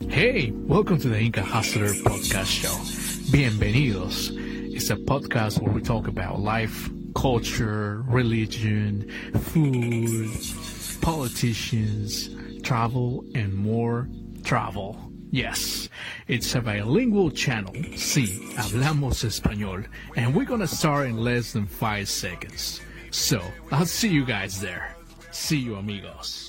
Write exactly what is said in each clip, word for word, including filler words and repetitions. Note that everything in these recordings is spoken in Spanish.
Hey, welcome to the Inca Hustler Podcast Show. Bienvenidos. It's a podcast where we talk about life, culture, religion, food, politicians, travel, and more travel. Yes, it's a bilingual channel. Sí, hablamos español. And we're gonna start in less than five seconds. So, I'll see you guys there. See you, amigos.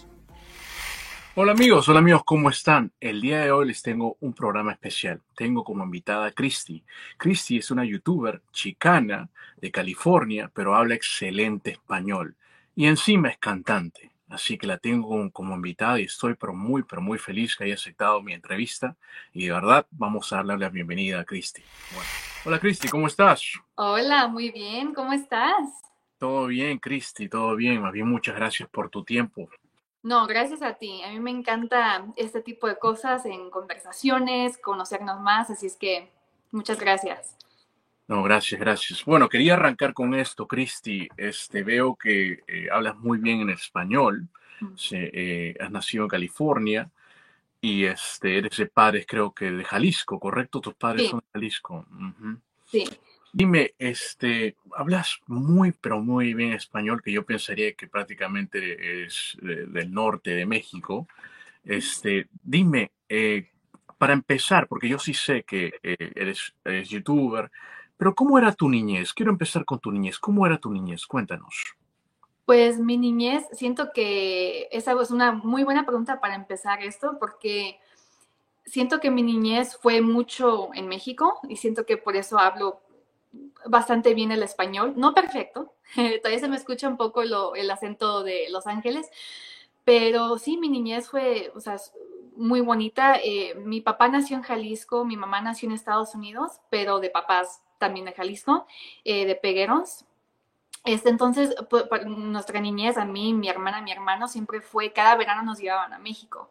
Hola amigos, hola amigos, ¿cómo están? El día de hoy les tengo un programa especial. Tengo como invitada a Christy. Christy es una youtuber chicana de California, pero habla excelente español. Y encima es cantante. Así que la tengo como, como invitada y estoy pero muy, pero muy feliz que haya aceptado mi entrevista. Y de verdad, vamos a darle la bienvenida a Christy. Bueno. Hola Christy, ¿cómo estás? Hola, muy bien, ¿cómo estás? Todo bien, Christy, todo bien. Más bien, muchas gracias por tu tiempo. No, gracias a ti. A mí me encanta este tipo de cosas en conversaciones, conocernos más, así es que muchas gracias. No, gracias, gracias. Bueno, quería arrancar con esto, Christy. Este, veo que eh, hablas muy bien en español. Se, eh, has nacido en California y este, eres de padres, creo que de Jalisco, ¿correcto? Tus padres Sí, son de Jalisco. Ujú. sí. Dime, este, hablas muy, pero muy bien español, que yo pensaría que prácticamente es de- del norte de México. Este, dime, eh, para empezar, porque yo sí sé que eh, eres, eres youtuber, pero ¿cómo era tu niñez? Quiero empezar con tu niñez. ¿Cómo era tu niñez? Cuéntanos. Pues mi niñez, siento que esa es una muy buena pregunta para empezar esto, porque siento que mi niñez fue mucho en México y siento que por eso hablo bastante bien el español, no perfecto, todavía se me escucha un poco lo, el acento de Los Ángeles, pero sí, mi niñez fue, o sea, muy bonita. Eh, mi papá nació en Jalisco, mi mamá nació en Estados Unidos, pero de papás también de Jalisco, eh, de Pegueros. Este, entonces, pues, nuestra niñez, a mí, mi hermana, mi hermano, siempre fue, cada verano nos llevaban a México.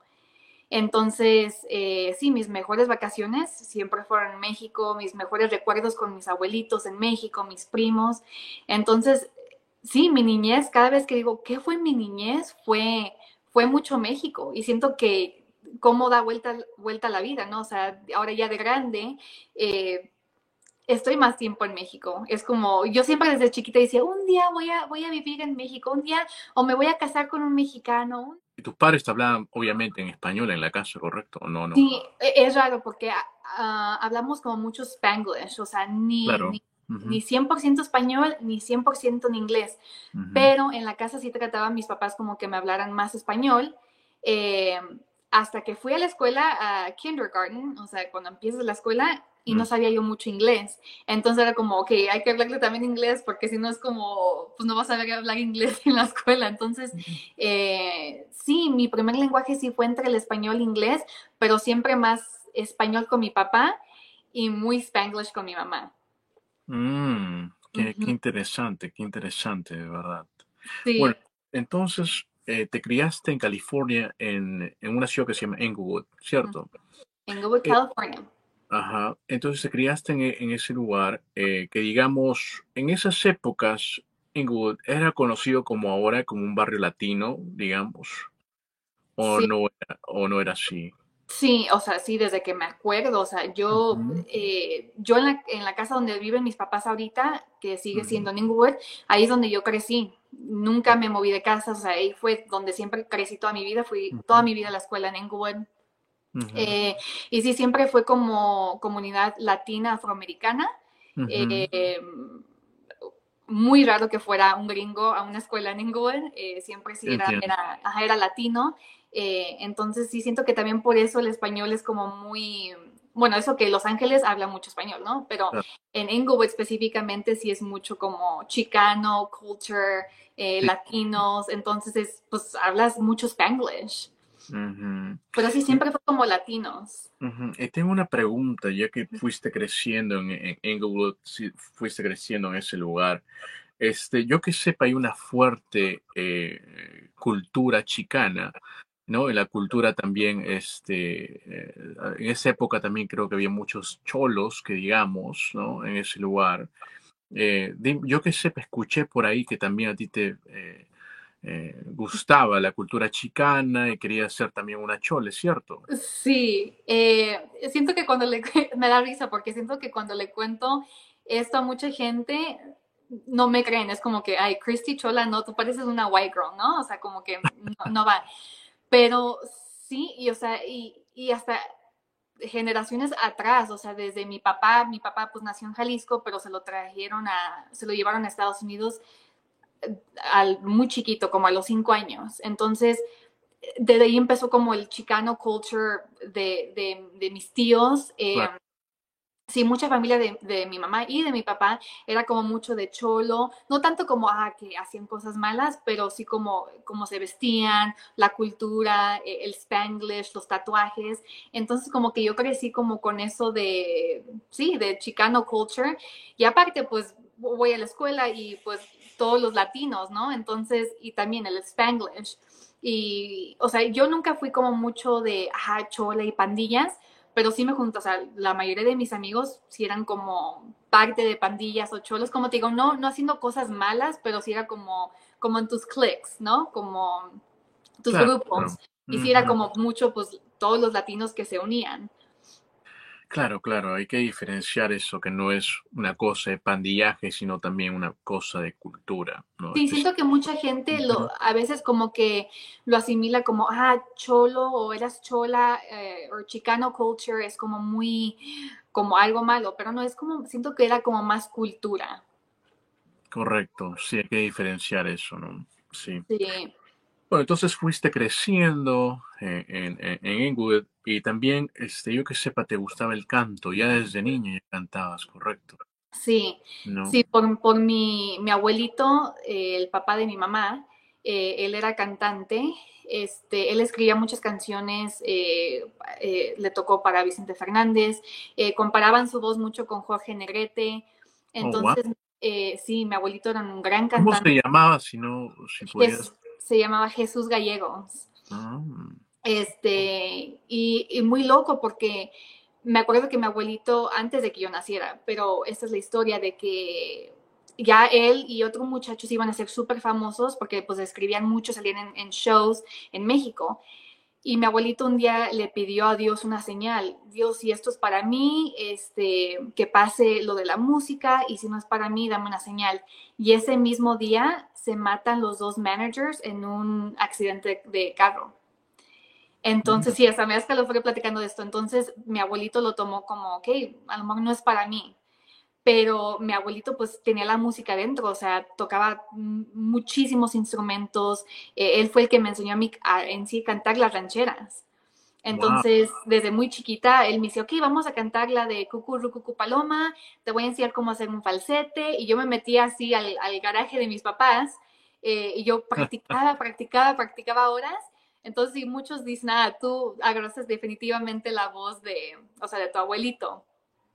Entonces, eh, sí, mis mejores vacaciones siempre fueron en México, mis mejores recuerdos con mis abuelitos en México, mis primos. Entonces, sí, mi niñez, cada vez que digo, ¿qué fue mi niñez? Fue, fue mucho México y siento que cómo da vuelta, vuelta la vida, ¿no? O sea, ahora ya de grande, eh, estoy más tiempo en México. Es como, yo siempre desde chiquita decía, un día voy a, voy a vivir en México, un día o me voy a casar con un mexicano. Y tus padres te hablaban obviamente en español en la casa, ¿correcto? ¿O no, no? Sí, e- es raro porque uh, hablamos como mucho Spanglish, o sea, ni, Claro. ni, Ujú, ni cien por ciento español, ni cien por ciento en inglés. ujú, Pero en la casa sí trataban mis papás como que me hablaran más español. eh, Hasta que fui a la escuela, a kindergarten, o sea, cuando empiezas la escuela, y no ujú. sabía yo mucho inglés. Entonces era como, ok, hay que hablarle también inglés, porque si no es como, pues no vas a saber hablar inglés en la escuela. Entonces, eh, sí, mi primer lenguaje sí fue entre el español e inglés, pero siempre más español con mi papá y muy spanglish con mi mamá. Mm, qué, qué Ujú. interesante, qué interesante, de verdad. Bueno, Sí, entonces eh, te criaste en California en, en una ciudad que se llama Inglewood, ¿cierto? en Inglewood, Eh, California. ajá, entonces te criaste en, e- en ese lugar eh, que digamos, en esas épocas, Inglewood era conocido como ahora, como un barrio latino, digamos, o Sí, no era, o no era así. sí, o sea, sí, desde que me acuerdo, o sea, yo, Ujú, eh, yo en la, en la casa donde viven mis papás ahorita, que sigue ujú, siendo en Inglewood, ahí es donde yo crecí. Nunca me moví de casa, o sea, ahí fue donde siempre crecí toda mi vida, fui toda ujú, mi vida a la escuela en Inglewood. ujú, Eh, y sí, siempre fue como comunidad latina, afroamericana. ujú. Eh, Muy raro que fuera un gringo a una escuela en Inglewood, eh, siempre sí era, Entiendo. era, ajá, era latino. Eh, entonces sí siento que también por eso el español es como muy, bueno, eso que Los Ángeles habla mucho español, ¿no? Pero Claro, en Inglewood específicamente sí es mucho como chicano, culture, eh, sí. latinos, entonces es, pues hablas mucho Spanglish. Ujú. Pero sí siempre fue como latinos. Ujú. Y tengo una pregunta, ya que fuiste creciendo en, en Inglewood, si fuiste creciendo en ese lugar. Este, yo que sepa, hay una fuerte eh, cultura chicana, ¿no? En la cultura también, este, eh, en esa época también creo que había muchos cholos, que digamos, ¿no? En ese lugar. Eh, di- yo que sepa, escuché por ahí que también a ti te, eh, eh, gustaba la cultura chicana y quería ser también una chole, ¿cierto? Sí, eh, siento que cuando le, me da risa porque siento que cuando le cuento esto a mucha gente, no me creen, es como que, ay, Christy Chola, no, tú pareces una white girl, ¿no? O sea, como que no, no va. Pero sí, y o sea, y, y hasta generaciones atrás, o sea, desde mi papá, mi papá pues nació en Jalisco, pero se lo trajeron a, se lo llevaron a Estados Unidos al, muy chiquito, como a los cinco años. Entonces, desde ahí empezó como el chicano culture de, de, de mis tíos. Eh, Claro, sí, mucha familia de, de, mi mamá y de mi papá era como mucho de cholo, no tanto como ah, que hacían cosas malas, pero sí como, como se vestían, la cultura, eh, el spanglish, los tatuajes. Entonces como que yo crecí como con eso de, sí, de chicano culture. Y aparte pues voy a la escuela y pues todos los latinos, ¿no? Entonces, y también el spanglish. Y, o sea, yo nunca fui como mucho de, ajá, chola y pandillas, pero sí me junto, o sea, la mayoría de mis amigos sí eran como parte de pandillas o cholos, como te digo, no, no haciendo cosas malas, pero sí era como, como en tus cliques, ¿no? Como tus claro, grupos. claro. Y sí era Ujú. como mucho, pues, todos los latinos que se unían. Claro, claro, hay que diferenciar eso, que no es una cosa de pandillaje, sino también una cosa de cultura, ¿no? Sí, siento que mucha gente lo, Ujú. a veces como que lo asimila como, ah, cholo o eras chola eh, o chicano culture es como muy, como algo malo, pero no, es como, siento que era como más cultura. Correcto, sí, hay que diferenciar eso, ¿no? Sí. Sí. Bueno, entonces fuiste creciendo eh, en, en, en Inglewood y también, este, yo que sepa, te gustaba el canto, ya desde niño ya cantabas, correcto, Sí, ¿no? sí, por, por mi, mi abuelito, eh, el papá de mi mamá, eh, él era cantante, este, él escribía muchas canciones, eh, eh, le tocó para Vicente Fernández, eh, comparaban su voz mucho con Jorge Negrete, Oh, wow. entonces, eh, sí, mi abuelito era un gran ¿Cómo cantante, se llamaba, si no, si Jes- pudieras? se llamaba Jesús Gallegos. Ah, Este, y, y muy loco porque me acuerdo que mi abuelito, antes de que yo naciera, pero esta es la historia de que ya él y otros muchachos iban a ser súper famosos porque pues escribían mucho, salían en, en shows en México. Y mi abuelito un día le pidió a Dios una señal. Dios, si esto es para mí, este, que pase lo de la música, y si no es para mí, dame una señal. Y ese mismo día se matan los dos managers en un accidente de carro. Entonces, mm, sí, esa vez que lo fui platicando de esto, entonces mi abuelito lo tomó como, ok, a lo mejor no es para mí, pero mi abuelito pues tenía la música dentro, o sea, tocaba muchísimos instrumentos, eh, él fue el que me enseñó a mí a, en sí cantar las rancheras. wow. Entonces, desde muy chiquita, él me dice, ok, vamos a cantar la de Cucurru Cucu Paloma, te voy a enseñar cómo hacer un falsete, y yo me metí así al, al garaje de mis papás, eh, y yo practicaba, practicaba, practicaba horas. Entonces, sí, muchos dicen, ah, tú agarraste definitivamente la voz de, o sea, de tu abuelito.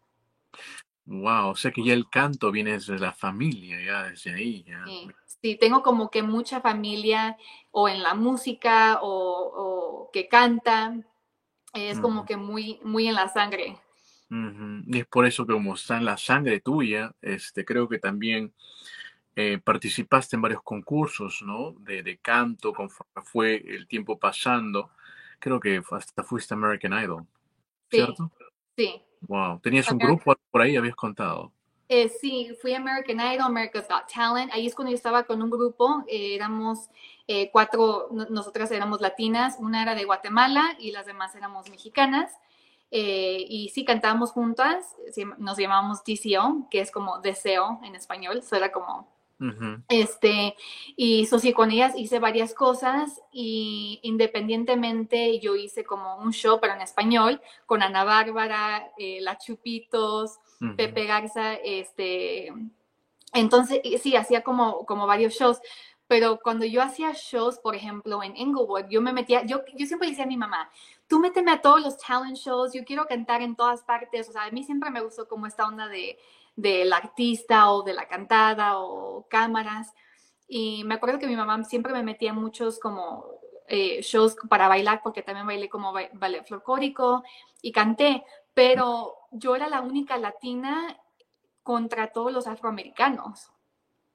Wow, o sea que ya el canto viene desde la familia, ya desde ahí, ya. Sí, sí, tengo como que mucha familia o en la música o, o que canta, es como Ujú, que muy, muy en la sangre. ujú. Y es por eso que como está en la sangre tuya, este, creo que también eh, participaste en varios concursos, ¿no? De, de canto, conforme fue el tiempo pasando. Creo que hasta fuiste American Idol, Sí, ¿cierto? sí. Wow. ¿Tenías un American, grupo por ahí, habías contado? eh, sí, fui a American Idol, America's Got Talent. Ahí es cuando yo estaba con un grupo, eh, éramos eh, cuatro, no- nosotras éramos latinas, una era de Guatemala y las demás éramos mexicanas. Eh, y sí, cantábamos juntas, sí, nos llamábamos D C O, que es como deseo en español, eso era como Ujú, este, y so, sí, con ellas hice varias cosas y independientemente yo hice como un show, pero en español, con Ana Bárbara, eh, La Chupitos, ujú. Pepe Garza, este, entonces sí, hacía como, como varios shows, pero cuando yo hacía shows, por ejemplo, en Inglewood, yo me metía, yo, yo siempre le decía a mi mamá, tú méteme a todos los talent shows, yo quiero cantar en todas partes, o sea, a mí siempre me gustó como esta onda de del artista o de la cantada o cámaras. Y me acuerdo que mi mamá siempre me metía en muchos como eh, shows para bailar, porque también bailé como ba ballet folclórico y canté, pero yo era la única latina contra todos los afroamericanos.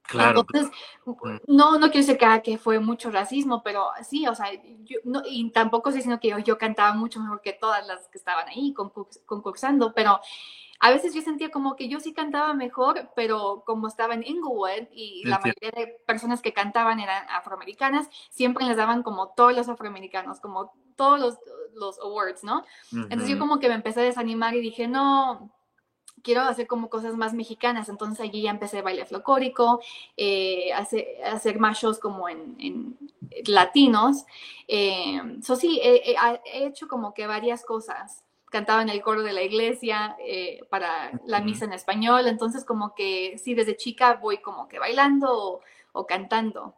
Claro. Entonces, Mm, no, no quiero decir que, ah, que fue mucho racismo, pero sí, o sea, yo, no, y tampoco estoy diciendo que yo, yo cantaba mucho mejor que todas las que estaban ahí concurs, concursando, pero a veces yo sentía como que yo sí cantaba mejor, pero como estaba en Inglewood y la entiendo. mayoría de personas que cantaban eran afroamericanas, siempre les daban como todos los afroamericanos, como todos los, los awards, ¿no? Entonces yo Ujú, como que me empecé a desanimar y dije, no, quiero hacer como cosas más mexicanas. Entonces allí ya empecé baile folclórico, eh, hacer, hacer más shows como en, en latinos. Eh, so sí, he, he, hecho como que varias cosas. Cantaba en el coro de la iglesia eh, para la ujú, misa en español. Entonces como que sí, desde chica voy como que bailando o, o cantando.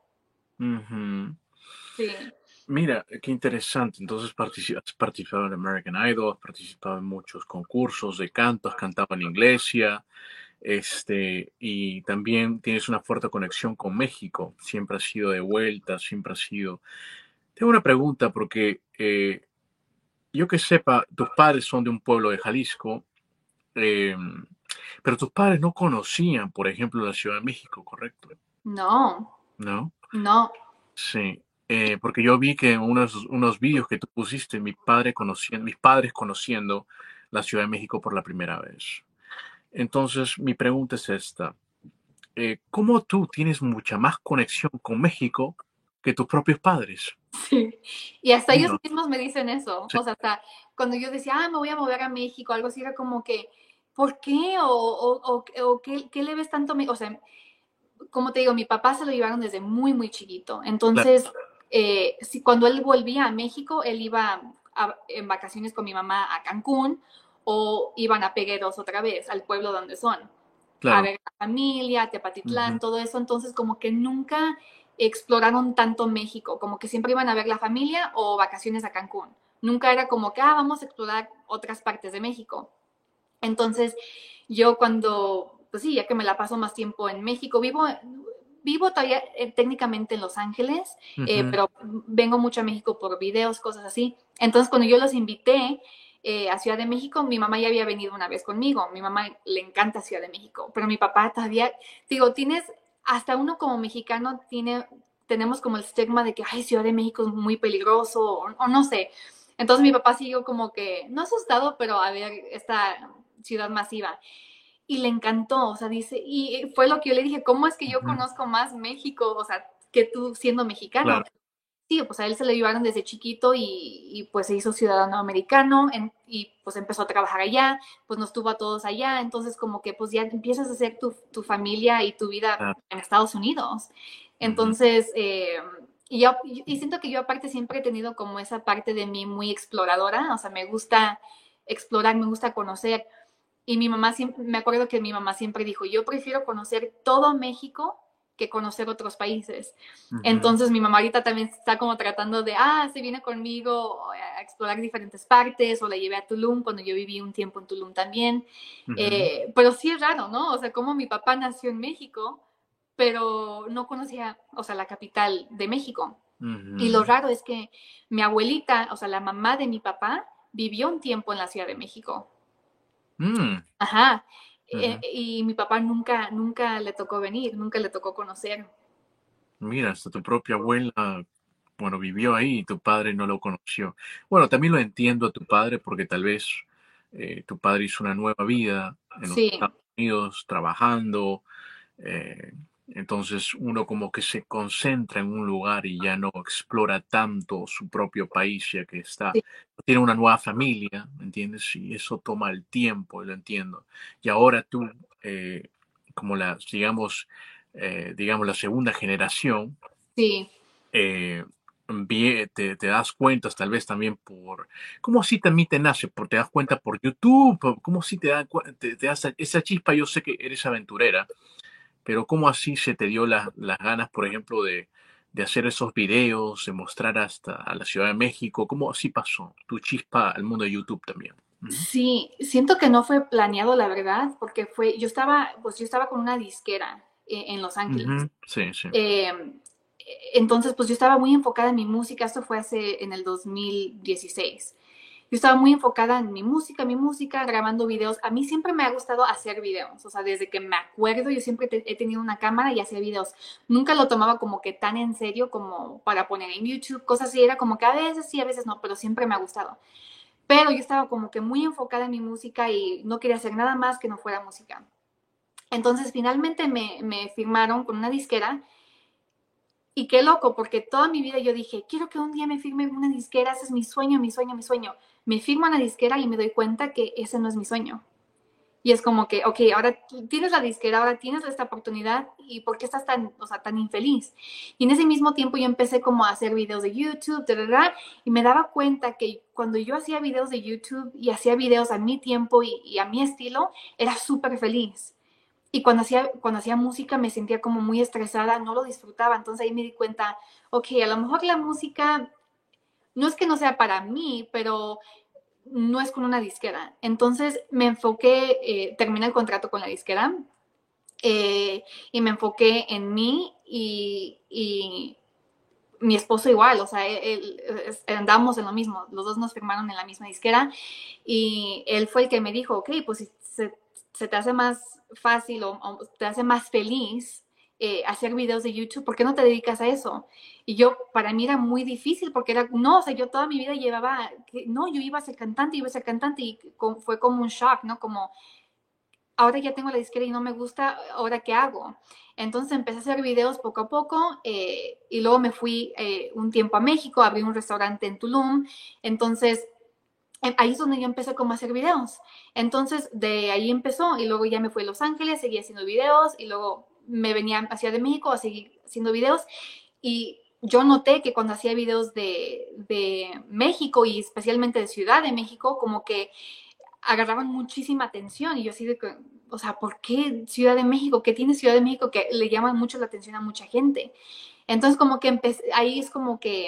ujú. Sí. Mira, qué interesante. Entonces partici- has participado en American Idol, has participado en muchos concursos de canto, has cantado en iglesia, este, y también tienes una fuerte conexión con México. Siempre has sido de vuelta, siempre has sido. Tengo una pregunta porque eh, yo que sepa, tus padres son de un pueblo de Jalisco, eh, pero tus padres no conocían, por ejemplo, la Ciudad de México, ¿correcto? No, ¿No? no. Sí, eh, porque yo vi que en unos, unos vídeos que tú pusiste, mi padre conociendo, mis padres conociendo la Ciudad de México por la primera vez. Entonces, mi pregunta es esta. Eh, ¿cómo tú tienes mucha más conexión con México que tus propios padres? Sí. Y hasta ellos Dinos. mismos me dicen eso. Sí, O sea, hasta cuando yo decía, ah, me voy a mover a México, algo así, era como que, ¿por qué? O, o, o, o ¿qué, ¿qué, le ves tanto? O sea, como te digo, mi papá se lo llevaron desde muy, muy chiquito. claro. Entonces, eh, si, cuando él volvía a México, él iba a, en vacaciones con mi mamá a Cancún o iban a Pegueros otra vez, al pueblo donde son, a Claro. ver a la familia, Tepatitlán, Ujú, todo eso. Entonces, como que nunca exploraron tanto México, como que siempre iban a ver la familia o vacaciones a Cancún. Nunca era como que, ah, vamos a explorar otras partes de México. Entonces, yo cuando, pues sí, ya que me la paso más tiempo en México, vivo, vivo todavía eh, técnicamente en Los Ángeles, eh, ujú, pero vengo mucho a México por videos, cosas así. Entonces, cuando yo los invité eh, a Ciudad de México, mi mamá ya había venido una vez conmigo. Mi mamá le encanta Ciudad de México, pero mi papá todavía, digo, tienes, hasta uno como mexicano tiene, tenemos como el estigma de que, ay, Ciudad de México es muy peligroso, o, o no sé. Entonces mi papá siguió como que, no asustado, pero a ver esta ciudad masiva. Y le encantó, o sea, dice, y fue lo que yo le dije, ¿cómo es que yo ujú, conozco más México, o sea, que tú siendo mexicano? claro. Sí, pues a él se le llevaron desde chiquito y, y pues se hizo ciudadano americano en, y pues empezó a trabajar allá, pues nos tuvo a todos allá, entonces como que pues ya empiezas a hacer tu, tu familia y tu vida Claro. en Estados Unidos. Ujú, Entonces, eh, y, yo, y siento que yo aparte siempre he tenido como esa parte de mí muy exploradora, o sea, me gusta explorar, me gusta conocer. Y mi mamá siempre, me acuerdo que mi mamá siempre dijo, yo prefiero conocer todo México que conocer otros países. ujú, Entonces mi mamá ahorita también está como tratando de, ah, se viene conmigo a explorar diferentes partes, o la llevé a Tulum cuando yo viví un tiempo en Tulum también. ujú, Eh, pero sí es raro, ¿no? O sea, como mi papá nació en México, pero no conocía, o sea, la capital de México. Y lo ujú. raro es que mi abuelita, o sea, la mamá de mi papá, vivió un tiempo en la Ciudad de México. Mm, Ajá. Eh, ujú. y mi papá nunca, nunca le tocó venir, nunca le tocó conocer. Mira, hasta tu propia abuela, bueno, vivió ahí y tu padre no lo conoció. Bueno, también lo entiendo a tu padre porque tal vez eh, tu padre hizo una nueva vida en los Sí, Estados Unidos, trabajando. eh, entonces uno como que se concentra en un lugar y ya no explora tanto su propio país, ya que está, sí, tiene una nueva familia, ¿me entiendes? Y eso toma el tiempo, y lo entiendo. Y ahora tú, eh, como la, digamos, eh, digamos, la segunda generación, sí. eh, vie- te, te das cuenta, tal vez también por, ¿cómo así también te nace? Por, te das cuenta por YouTube, por- ¿cómo así te, da, cua- te, te das esa chispa? Yo sé que eres aventurera, pero ¿cómo así se te dio la- las ganas, por ejemplo, de, de hacer esos videos, de mostrar hasta a la Ciudad de México? ¿Cómo así pasó tu chispa al mundo de YouTube también? Ujú, Sí, siento que no fue planeado, la verdad, porque fue, yo estaba, pues yo estaba con una disquera eh, en Los Ángeles. ujú, sí, sí. Eh, entonces, pues yo estaba muy enfocada en mi música, esto fue hace, en el dos mil dieciséis. yo estaba muy enfocada en mi música, mi música, grabando videos. A mí siempre me ha gustado hacer videos, o sea, desde que me acuerdo yo siempre te, he tenido una cámara y hacía videos. Nunca lo tomaba como que tan en serio como para poner en YouTube, cosas así, era como que a veces sí, a veces no, pero siempre me ha gustado. Pero yo estaba como que muy enfocada en mi música y no quería hacer nada más que no fuera música. Entonces finalmente me, me firmaron con una disquera. Y qué loco, porque toda mi vida yo dije, quiero que un día me firme una disquera, ese es mi sueño, mi sueño, mi sueño. Me firma una disquera y me doy cuenta que ese no es mi sueño. Y es como que, ok, ahora tienes la disquera, ahora tienes esta oportunidad, ¿y por qué estás tan, o sea, tan infeliz? Y en ese mismo tiempo yo empecé como a hacer videos de YouTube, de verdad, y me daba cuenta que cuando yo hacía videos de YouTube y hacía videos a mi tiempo y, y a mi estilo, era súper feliz. Y cuando hacía, cuando hacía música me sentía como muy estresada, no lo disfrutaba. Entonces ahí me di cuenta, ok, a lo mejor la música no es que no sea para mí, pero no es con una disquera. Entonces me enfoqué, eh, terminé el contrato con la disquera eh, y me enfoqué en mí y, y mi esposo igual, o sea, él, él, andamos en lo mismo, los dos nos firmaron en la misma disquera y él fue el que me dijo, ok, pues si se, se te hace más fácil o, o te hace más feliz eh, hacer videos de YouTube, ¿por qué no te dedicas a eso? Y yo, para mí era muy difícil porque era, no, o sea, yo toda mi vida llevaba, no, yo iba a ser cantante, iba a ser cantante y fue como un shock, ¿no? Como, ahora ya tengo la disquera y no me gusta, ¿ahora qué hago? Entonces empecé a hacer videos poco a poco eh, y luego me fui eh, un tiempo a México, abrí un restaurante en Tulum, entonces ahí es donde yo empecé como a hacer videos. Entonces de ahí empezó y luego ya me fui a Los Ángeles, seguí haciendo videos y luego me venía a Ciudad de México a seguir haciendo videos y yo noté que cuando hacía videos de, de México y especialmente de Ciudad de México, como que agarraban muchísima atención y yo así de que, o sea, ¿por qué Ciudad de México? ¿Qué tiene Ciudad de México que le llama mucho la atención a mucha gente? Entonces como que empecé, ahí es como que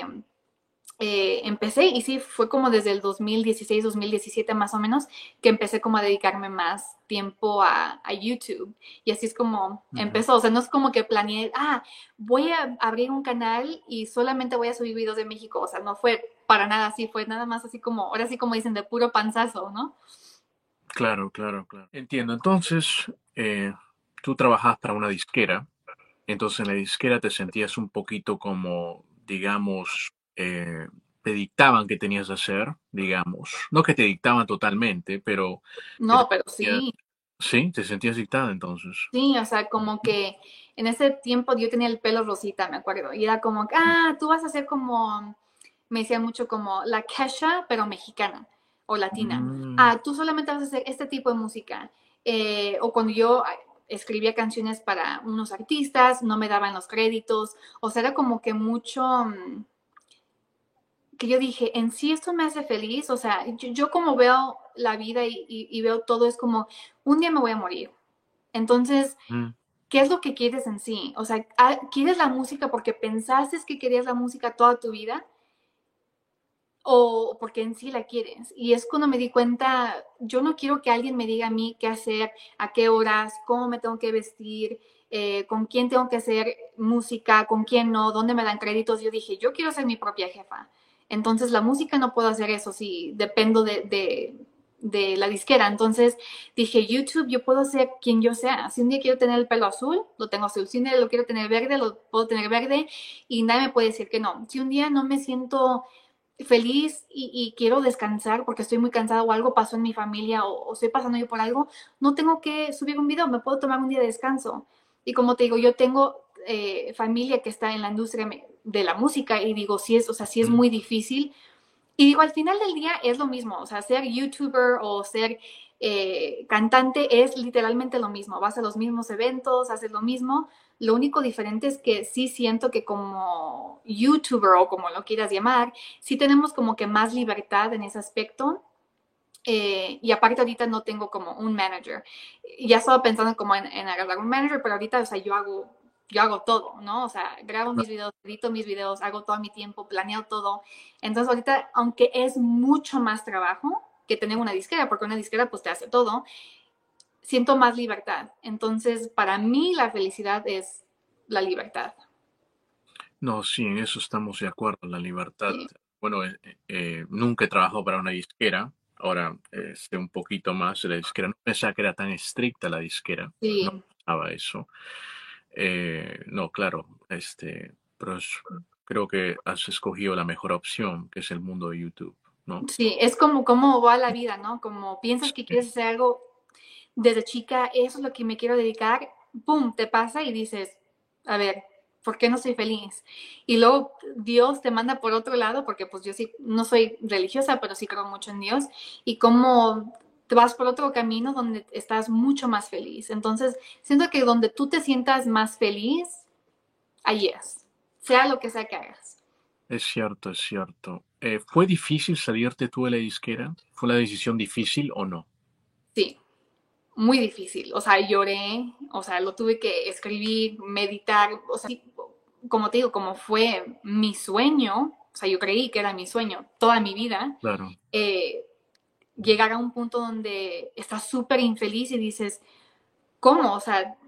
eh, empecé y sí, fue como desde el dos mil dieciséis, dos mil diecisiete más o menos que empecé como a dedicarme más tiempo a, a YouTube y así es como uh-huh. empezó, o sea, no es como que planeé, ah, voy a abrir un canal y solamente voy a subir videos de México, o sea, no fue para nada así, fue nada más así como, ahora sí como dicen, de puro panzazo, ¿no? Claro, claro, claro. Entiendo. Entonces, eh, tú trabajabas para una disquera, entonces en la disquera te sentías un poquito como, digamos, eh, te dictaban qué tenías que hacer, digamos. No que te dictaban totalmente, pero... No, pero sí. Sí, te sentías dictada entonces. Sí, o sea, como que en ese tiempo yo tenía el pelo rosita, me acuerdo, y era como, ah, tú vas a ser como, me decían mucho como la Kesha, pero mexicana o latina. Mm. Ah, tú solamente vas a hacer este tipo de música. Eh, o cuando yo escribía canciones para unos artistas, no me daban los créditos, o sea, era como que mucho... que yo dije, en sí esto me hace feliz, o sea, yo, yo como veo la vida y, y, y veo todo, es como, un día me voy a morir. Entonces, mm. ¿qué es lo que quieres en sí? O sea, ¿quieres la música porque pensaste que querías la música toda tu vida? ¿O porque en sí la quieres? Y es cuando me di cuenta, yo no quiero que alguien me diga a mí qué hacer, a qué horas, cómo me tengo que vestir, eh, con quién tengo que hacer música, con quién no, dónde me dan créditos. Yo dije, yo quiero ser mi propia jefa. Entonces la música no puedo hacer eso si dependo de, de, de la disquera. Entonces dije, YouTube, yo puedo ser quien yo sea. Si un día quiero tener el pelo azul, lo tengo azul. Si un día lo quiero tener verde, lo puedo tener verde y nadie me puede decir que no. Si un día no me siento feliz y, y quiero descansar porque estoy muy cansada o algo pasó en mi familia o, o estoy pasando yo por algo, no tengo que subir un video, me puedo tomar un día de descanso. Y como te digo, yo tengo eh, familia que está en la industria de la música y digo, sí es, o sea, sí es muy difícil. Y digo, al final del día es lo mismo, o sea, ser youtuber o ser eh, cantante es literalmente lo mismo. Vas a los mismos eventos, haces lo mismo. Lo único diferente es que sí siento que como youtuber o como lo quieras llamar, sí tenemos como que más libertad en ese aspecto. Eh, y aparte ahorita no tengo como un manager. Ya estaba pensando como en, en agarrar un manager, pero ahorita, o sea, yo hago, yo hago todo, ¿no? O sea, grabo mis videos, edito mis videos, hago todo mi tiempo, planeo todo. Entonces ahorita, aunque es mucho más trabajo que tener una disquera, porque una disquera pues te hace todo, siento más libertad. Entonces, para mí la felicidad es la libertad. No, sí, en eso estamos de acuerdo, la libertad. Sí. bueno, eh, eh, nunca he trabajado para una disquera. Ahora eh, sé un poquito más de la disquera. No pensaba que era tan estricta la disquera. No Sí, pensaba eso. Eh, no, claro, este, pero es- creo que has escogido la mejor opción, que es el mundo de YouTube, ¿no? sí, es como cómo va la vida, ¿no? Como piensas que Sí, quieres hacer algo desde chica, eso es lo que me quiero dedicar, ¡pum!, te pasa y dices, a ver, ¿por qué no soy feliz? Y luego Dios te manda por otro lado, porque pues yo sí, no soy religiosa, pero sí creo mucho en Dios, y cómo te vas por otro camino donde estás mucho más feliz. Entonces, siento que donde tú te sientas más feliz, ahí es, sea lo que sea que hagas. es cierto, es cierto. Eh, ¿fue difícil salirte tú de la disquera? ¿Fue una decisión difícil o no? Sí, muy difícil. O sea, lloré, o sea, lo tuve que escribir, meditar, o sea, como te digo, como fue mi sueño, o sea, yo creí que era mi sueño toda mi vida, Claro, eh, llegar a un punto donde estás súper infeliz y dices, ¿cómo? O sea,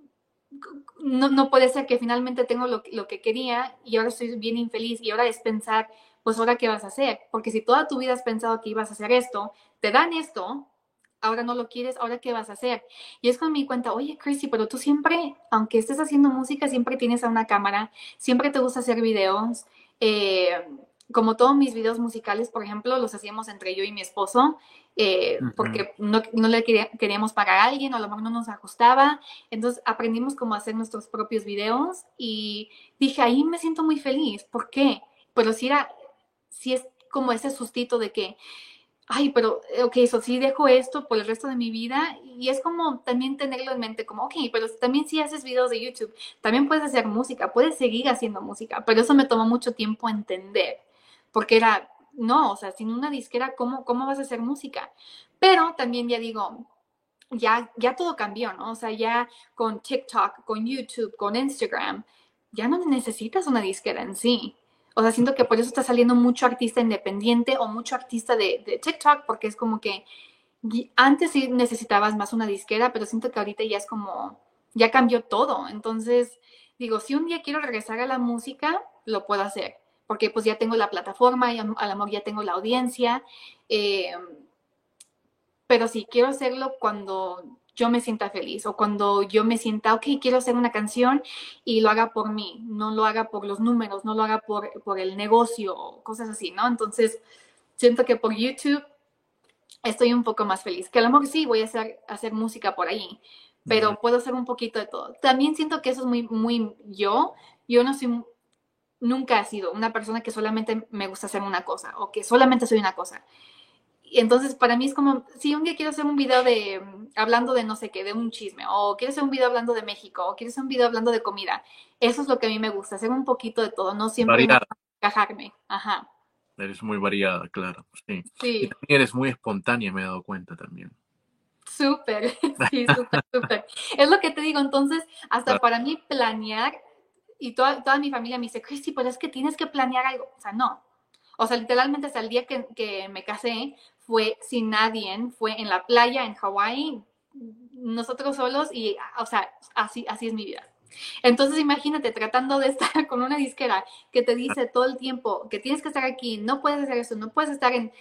no, no puede ser que finalmente tengo lo, lo que quería y ahora estoy bien infeliz y ahora es pensar, pues ahora qué vas a hacer, porque si toda tu vida has pensado que ibas a hacer esto, te dan esto, ahora no lo quieres, ahora qué vas a hacer. Y es cuando me di cuenta, oye, Chrissy, pero tú siempre, aunque estés haciendo música, siempre tienes a una cámara, siempre te gusta hacer videos. Eh, como todos mis videos musicales, por ejemplo, los hacíamos entre yo y mi esposo, eh, ujú, porque no, no le quería, queríamos pagar a alguien, o a lo mejor no nos ajustaba. Entonces aprendimos cómo hacer nuestros propios videos y dije, ahí me siento muy feliz. ¿Por qué? Pero si era, si es como ese sustito de que ay, pero, eh, ok, eso sí dejo esto por el resto de mi vida y es como también tenerlo en mente, como, ok, pero también si haces videos de YouTube, también puedes hacer música, puedes seguir haciendo música, pero eso me tomó mucho tiempo entender, porque era, no, o sea, sin una disquera, ¿cómo, cómo vas a hacer música? Pero también ya digo, ya, ya todo cambió, ¿no? O sea, ya con TikTok, con YouTube, con Instagram, ya no necesitas una disquera en sí. O sea, siento que por eso está saliendo mucho artista independiente o mucho artista de, de TikTok, porque es como que antes sí necesitabas más una disquera, pero siento que ahorita ya es como, ya cambió todo. Entonces, digo, si un día quiero regresar a la música, lo puedo hacer, porque pues ya tengo la plataforma, y a lo mejor ya tengo la audiencia, eh, pero sí, quiero hacerlo cuando yo me sienta feliz o cuando yo me sienta, ok, quiero hacer una canción y lo haga por mí, no lo haga por los números, no lo haga por, por el negocio, cosas así, ¿no? Entonces, siento que por YouTube estoy un poco más feliz, que a lo mejor sí voy a hacer, hacer música por ahí, ujú. pero puedo hacer un poquito de todo. También siento que eso es muy, muy yo, yo no soy, nunca he sido una persona que solamente me gusta hacer una cosa o que solamente soy una cosa. Y entonces para mí es como, si un día quiero hacer un video de, mm, hablando de no sé qué, de un chisme, o quiero hacer un video hablando de México, o quiero hacer un video hablando de comida, eso es lo que a mí me gusta, hacer un poquito de todo, no siempre no Variada, encajarme. Ajá. eres muy variada, claro, sí. Y Sí, también eres muy espontánea, me he dado cuenta también. súper, sí, súper, súper. Es lo que te digo, entonces, hasta Claro, para mí planear, y toda, toda mi familia me dice, Christy, pero es que tienes que planear algo. O sea, no. O sea, literalmente hasta el día que, que me casé fue sin nadie, fue en la playa en Hawái, nosotros solos y, o sea, así, así es mi vida. Entonces imagínate tratando de estar con una disquera que te dice todo el tiempo que tienes que estar aquí, no puedes hacer eso, no puedes estar en...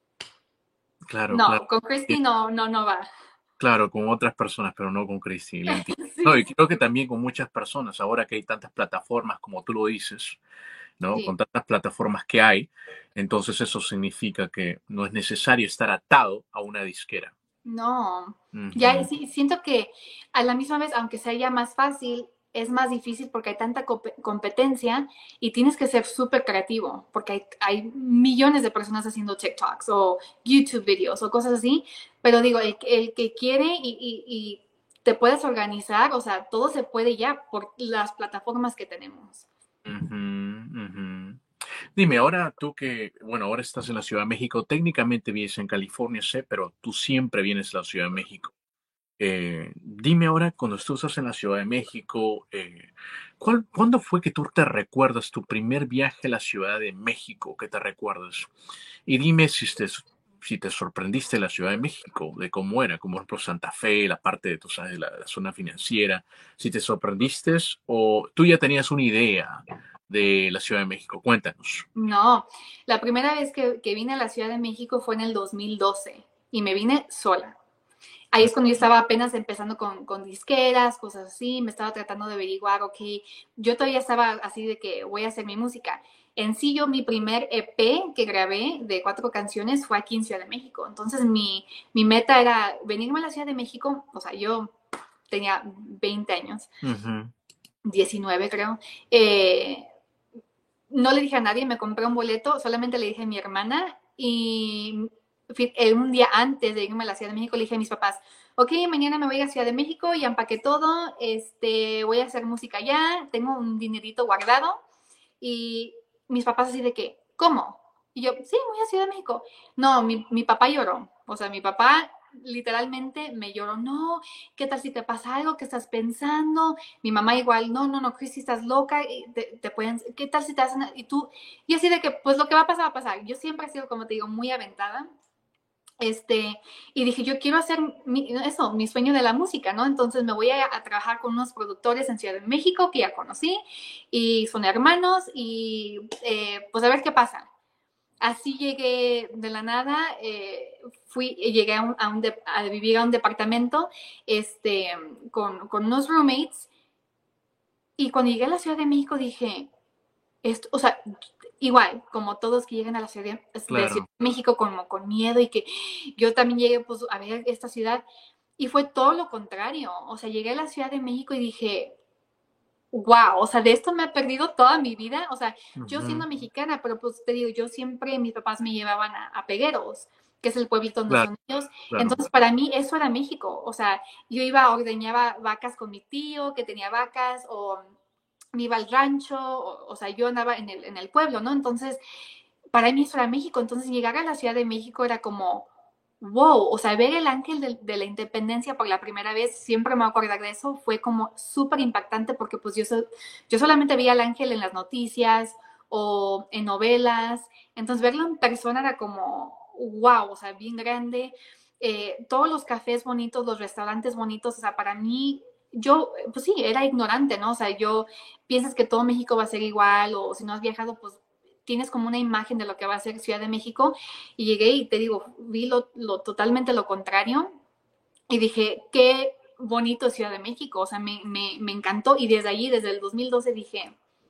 claro, claro. No, con Christy no, no, no va. Claro, con otras personas, pero no con Christy, le entiendo. No, Sí, y creo que también con muchas personas, ahora que hay tantas plataformas como tú lo dices, ¿no? Con sí. tantas plataformas que hay, entonces eso significa que no es necesario estar atado a una disquera. No, ya Ujú, sí, siento que a la misma vez, aunque sea ya más fácil, es más difícil porque hay tanta compe- competencia y tienes que ser súper creativo porque hay, hay millones de personas haciendo TikToks o YouTube videos o cosas así, pero digo, el, el que quiere y, y- y te puedes organizar, o sea, todo se puede ya por las plataformas que tenemos. ujú, ujú. Dime, ahora tú que, bueno, ahora estás en la Ciudad de México, técnicamente vives en California, sé, pero tú siempre vienes a la Ciudad de México. Eh, dime ahora, cuando tú estás en la Ciudad de México, eh, ¿cuál, cuándo fue que tú te recuerdas tu primer viaje a la Ciudad de México, que te recuerdas? Y dime si te, si te sorprendiste de la Ciudad de México, de cómo era, como por ejemplo Santa Fe, la parte de, tú sabes, la, la zona financiera, si te sorprendiste o tú ya tenías una idea de la Ciudad de México? Cuéntanos. No, la primera vez que, que vine a la Ciudad de México fue en el dos mil doce y me vine sola. Ahí es cuando yo estaba apenas empezando con, con disqueras, cosas así, me estaba tratando de averiguar, ok, yo todavía estaba así de que voy a hacer mi música. En sí, yo mi primer E P que grabé de cuatro canciones fue aquí en Ciudad de México. Entonces, mi, mi meta era venirme a la Ciudad de México. O sea, yo tenía veinte años, uh-huh. diecinueve creo. Eh, no le dije a nadie, me compré un boleto, solamente le dije a mi hermana y un día antes de irme a la Ciudad de México le dije a mis papás, ok, mañana me voy a Ciudad de México, ya empaqué todo, este, voy a hacer música allá, tengo un dinerito guardado. Y mis papás así de que, ¿cómo? Y yo, sí, voy a Ciudad de México. No, mi, mi papá lloró. O sea, mi papá literalmente me lloró. No, ¿qué tal si te pasa algo? ¿Qué estás pensando? Mi mamá igual, no, no, no, Cristi, estás loca. Te, te pueden, ¿qué tal si te hacen? Y tú, y así de que, pues lo que va a pasar, va a pasar. Yo siempre he sido, como te digo, muy aventada. Este, y dije, yo quiero hacer mi, eso, mi sueño de la música, ¿no? Entonces me voy a, a trabajar con unos productores en Ciudad de México que ya conocí y son hermanos y eh, pues a ver qué pasa. Así llegué de la nada, eh, fui, llegué a, un, a, un de, a vivir a un departamento este, con, con unos roommates y cuando llegué a la Ciudad de México dije, esto, o sea, igual, como todos que llegan a la Ciudad de, claro. de, Ciudad de México como con miedo y que yo también llegué pues, a ver esta ciudad y fue todo lo contrario. O sea, llegué a la Ciudad de México y dije, wow, o sea, de esto me he perdido toda mi vida. O sea, uh-huh. yo siendo mexicana, pero pues te digo, yo siempre, mis papás me llevaban a, a Pegueros, que es el pueblito donde claro. son ellos. Claro. Entonces, para mí eso era México. O sea, yo iba, ordeñaba vacas con mi tío que tenía vacas o me iba al rancho, o, o sea, yo andaba en el, en el pueblo, ¿no? Entonces, para mí eso era México. Entonces, llegar a la Ciudad de México era como, wow, o sea, ver el ángel de, de la independencia por la primera vez, siempre me voy a acordar de eso, fue como súper impactante porque pues yo, so, yo solamente veía al ángel en las noticias o en novelas. Entonces, verlo en persona era como, wow, o sea, bien grande. Eh, todos los cafés bonitos, los restaurantes bonitos, o sea, para mí... Yo, pues sí, era ignorante, ¿no? O sea, yo piensas que todo México va a ser igual o si no has viajado, pues tienes como una imagen de lo que va a ser Ciudad de México y llegué y te digo, vi lo, lo totalmente lo contrario y dije, qué bonito Ciudad de México, o sea, me, me, me encantó y desde allí, desde el dos mil doce dije,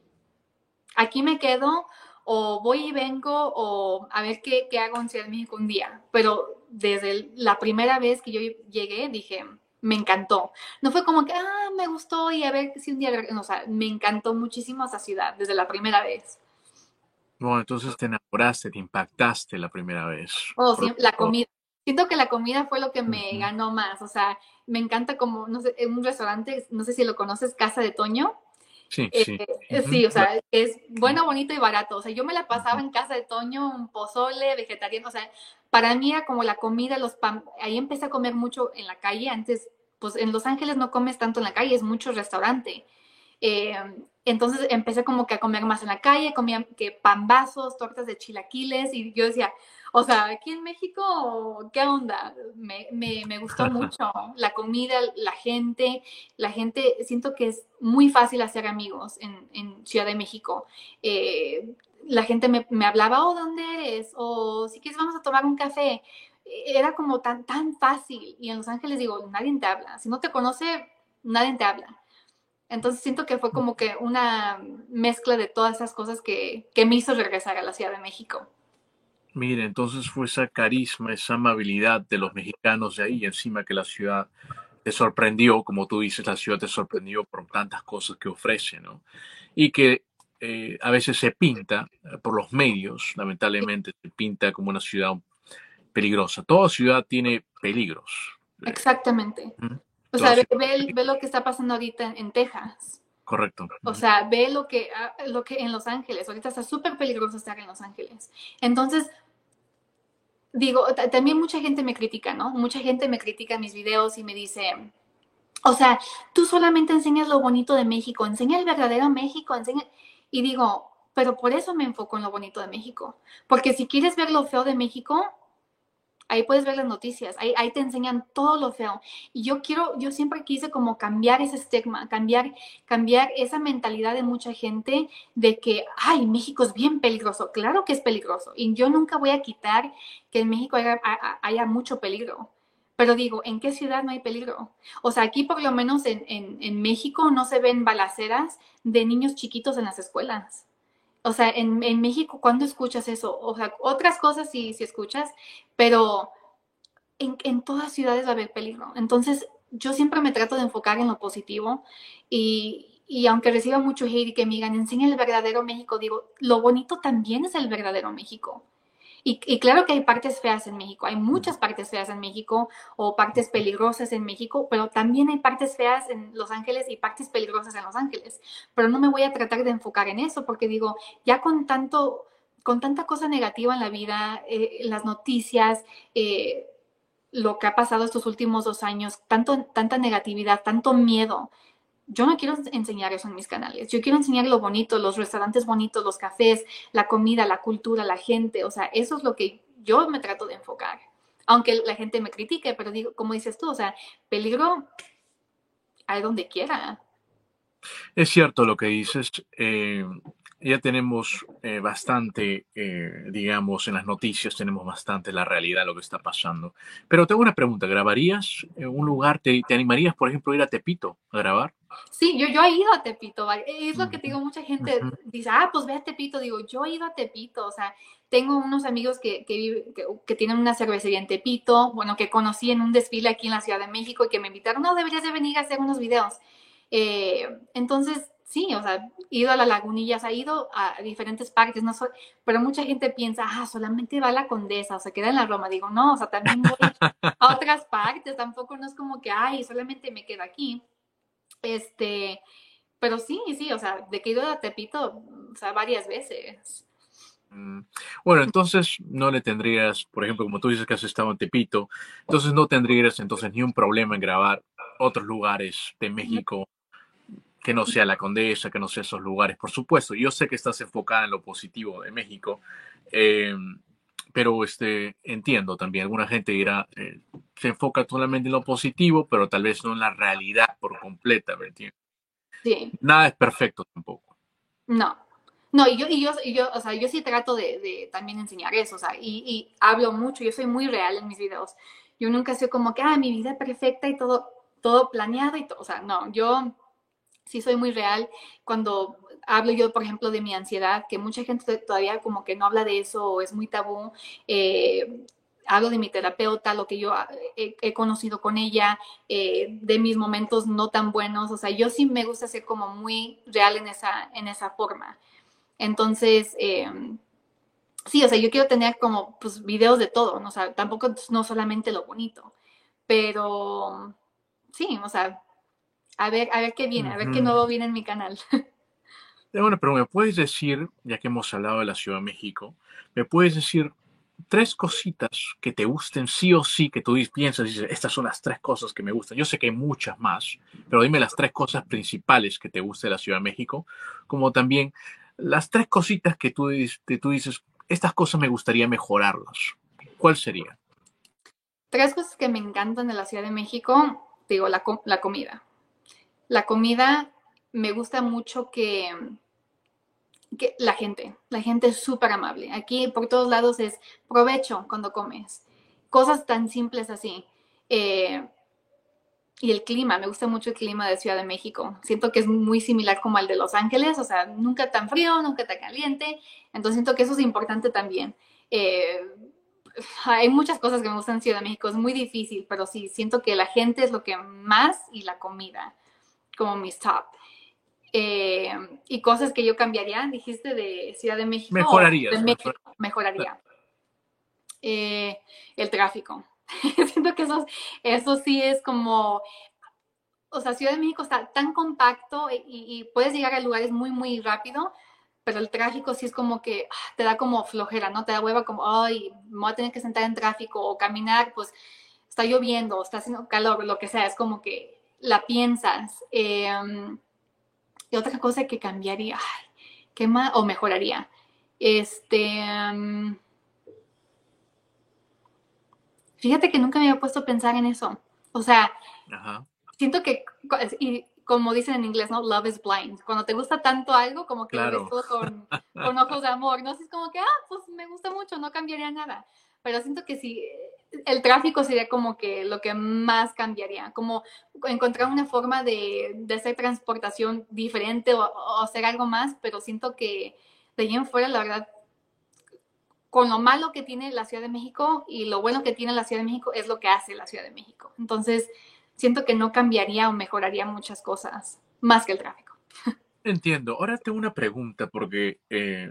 aquí me quedo o voy y vengo o a ver qué, qué hago en Ciudad de México un día, pero desde la primera vez que yo llegué dije... me encantó. No fue como que, ah, me gustó y a ver si un día... O sea, me encantó muchísimo esa ciudad desde la primera vez. Bueno, entonces te enamoraste, te impactaste la primera vez. Oh, sí, la comida. Siento que la comida fue lo que me uh-huh. ganó más. O sea, me encanta como, no sé, en un restaurante, no sé si lo conoces, Casa de Toño. Sí, eh, sí. Uh-huh. Sí, o sea, es bueno, bonito y barato. O sea, yo me la pasaba uh-huh. en Casa de Toño, un pozole, vegetariano. O sea, para mí era como la comida, los pan... Ahí empecé a comer mucho en la calle. Antes, pues en Los Ángeles no comes tanto en la calle, es mucho restaurante. Eh, entonces empecé como que a comer más en la calle, comía que pambazos, tortas de chilaquiles y yo decía, o sea, aquí en México, ¿qué onda? Me, me, me gustó mucho la comida, la gente, la gente, siento que es muy fácil hacer amigos en, en Ciudad de México. Eh, la gente me, me hablaba, oh, ¿dónde eres? O si quieres vamos a tomar un café. Era como tan, tan fácil y en Los Ángeles digo, nadie te habla, si no te conoce, nadie te habla. Entonces siento que fue como que una mezcla de todas esas cosas que, que me hizo regresar a la Ciudad de México. Mire, entonces fue esa carisma, esa amabilidad de los mexicanos de ahí, y encima que la ciudad te sorprendió, como tú dices, la ciudad te sorprendió por tantas cosas que ofrece, ¿no? Y que eh, a veces se pinta eh, por los medios, lamentablemente, se pinta como una ciudad peligrosa. Toda ciudad tiene peligros. Exactamente. ¿Mm? O sea, ve, ve, ve lo que está pasando ahorita en, en Texas. Correcto. O sea, ve lo que, lo que en Los Ángeles. Ahorita está súper peligroso estar en Los Ángeles. Entonces, digo, también mucha gente me critica, ¿no? Mucha gente me critica en mis videos y me dice, o sea, tú solamente enseñas lo bonito de México, enseña el verdadero México, enseña... Y digo, pero por eso me enfoco en lo bonito de México. Porque si quieres ver lo feo de México... Ahí puedes ver las noticias, ahí, ahí te enseñan todo lo feo. Y yo quiero, yo siempre quise como cambiar ese estigma, cambiar, cambiar esa mentalidad de mucha gente de que, ay, México es bien peligroso. Claro que es peligroso. Y yo nunca voy a quitar que en México haya, haya mucho peligro. Pero digo, ¿en qué ciudad no hay peligro? O sea, aquí por lo menos en, en, en México no se ven balaceras de niños chiquitos en las escuelas. O sea, en, en México, ¿cuándo escuchas eso? O sea, otras cosas sí, sí escuchas, pero en, en todas ciudades va a haber peligro. Entonces, yo siempre me trato de enfocar en lo positivo y, y aunque reciba mucho hate y que me digan, enseña el verdadero México, digo, lo bonito también es el verdadero México. Y, y, claro que hay partes feas en México, hay muchas partes feas en México o partes peligrosas en México, pero también hay partes feas en Los Ángeles y partes peligrosas en Los Ángeles. Pero no me voy a tratar de enfocar en eso porque digo, ya con tanto, con tanta cosa negativa en la vida, eh, las noticias, eh, lo que ha pasado estos últimos dos años, tanto, tanta negatividad, tanto miedo. Yo no quiero enseñar eso en mis canales. Yo quiero enseñar lo bonito, los restaurantes bonitos, los cafés, la comida, la cultura, la gente. O sea, eso es lo que yo me trato de enfocar. Aunque la gente me critique, pero digo, como dices tú, o sea, peligro hay donde quiera. Es cierto lo que dices. Eh, ya tenemos eh, bastante, eh, digamos, en las noticias tenemos bastante la realidad, lo que está pasando. Pero tengo una pregunta. ¿Grabarías en un lugar? ¿Te, te animarías, por ejemplo, a ir a Tepito a grabar? Sí, yo, yo he ido a Tepito, es lo que te Ujú, digo, mucha gente ujú. dice, ah, pues ve a Tepito, digo, yo he ido a Tepito, o sea, tengo unos amigos que, que, vive, que, que, tienen una cervecería en Tepito, bueno, que conocí en un desfile aquí en la Ciudad de México y que me invitaron, no, deberías de venir a hacer unos videos. Eh, entonces, sí, o sea, he ido a la Lagunilla, o sea, he ido a diferentes parques, no so, pero mucha gente piensa, ah, solamente va a la Condesa, o sea, queda en la Roma, digo, no, o sea, también voy a otras partes, tampoco no es como que, ay, solamente me quedo aquí. Este, pero sí, sí, o sea, de que he ido a Tepito, o sea, varias veces. Mm, Bueno, entonces no le tendrías, por ejemplo, como tú dices que has estado en Tepito, entonces no tendrías entonces ni un problema en grabar otros lugares de México que no sea la Condesa, que no sea esos lugares. Por supuesto, yo sé que estás enfocada en lo positivo de México, eh, pero este, entiendo también, alguna gente dirá, eh, se enfoca solamente en lo positivo, pero tal vez no en la realidad por completa, ¿me entiendes? Sí, Nada es perfecto tampoco. no. No, y yo, y yo, y yo, o sea, yo sí trato de, de también enseñar eso, o sea, y, y hablo mucho, yo soy muy real en mis videos. Yo nunca soy como que, ah, mi vida perfecta y todo, todo planeado y todo, o sea, no, yo sí soy muy real cuando hablo yo, por ejemplo, de mi ansiedad, que mucha gente todavía como que no habla de eso o es muy tabú. Eh, hablo de mi terapeuta, lo que yo he, he conocido con ella, eh, de mis momentos no tan buenos. O sea, yo sí me gusta ser como muy real en esa, en esa forma. Entonces, eh, sí, o sea, yo quiero tener como pues videos de todo, ¿no? O sea, tampoco no solamente lo bonito, pero sí, o sea, a ver, a ver qué viene, a ver qué Ujú. nuevo viene en mi canal. Bueno, pero ¿me puedes decir, ya que hemos hablado de la Ciudad de México, me puedes decir tres cositas que te gusten sí o sí, que tú piensas y dices, estas son las tres cosas que me gustan? Yo sé que hay muchas más, pero dime las tres cosas principales que te guste de la Ciudad de México, como también las tres cositas que tú, que tú dices, estas cosas me gustaría mejorarlas. ¿Cuál sería? Tres cosas que me encantan de la Ciudad de México, digo, la, la comida. La comida me gusta mucho que, que la gente, la gente es súper amable. Aquí por todos lados es provecho cuando comes. Cosas tan simples así. Eh, y el clima, me gusta mucho el clima de Ciudad de México. Siento que es muy similar como al de Los Ángeles, o sea, nunca tan frío, nunca tan caliente. Entonces siento que eso es importante también. Eh, hay muchas cosas que me gustan en Ciudad de México, es muy difícil, pero sí, siento que la gente es lo que más y la comida, como mis top. Eh, y cosas que yo cambiaría, dijiste de Ciudad de México o de Mejorarías, mejor. México, mejoraría. Eh, el tráfico. Siento que eso, eso sí es como, o sea, Ciudad de México está tan compacto y, y puedes llegar a lugares muy, muy rápido, pero el tráfico sí es como que ah, te da como flojera, ¿no? Te da hueva como, ay, me voy a tener que sentar en tráfico o caminar, pues está lloviendo, está haciendo calor, lo que sea, es como que la piensas. Eh, y otra cosa que cambiaría, ay, ¿qué más? O mejoraría. Este, um, Fíjate que nunca me había puesto a pensar en eso. O sea, Ajá, siento que, y como dicen en inglés, ¿no? Love is blind. Cuando te gusta tanto algo, como que lo ves claro, todo con, con ojos de amor, ¿no? Así es como que, ah, pues me gusta mucho, no cambiaría nada. Pero siento que sí, el tráfico sería como que lo que más cambiaría, como encontrar una forma de, de hacer transportación diferente o, o hacer algo más, pero siento que de ahí en fuera, la verdad, con lo malo que tiene la Ciudad de México y lo bueno que tiene la Ciudad de México es lo que hace la Ciudad de México. Entonces, siento que no cambiaría o mejoraría muchas cosas más que el tráfico. entiendo. Ahora tengo una pregunta porque eh,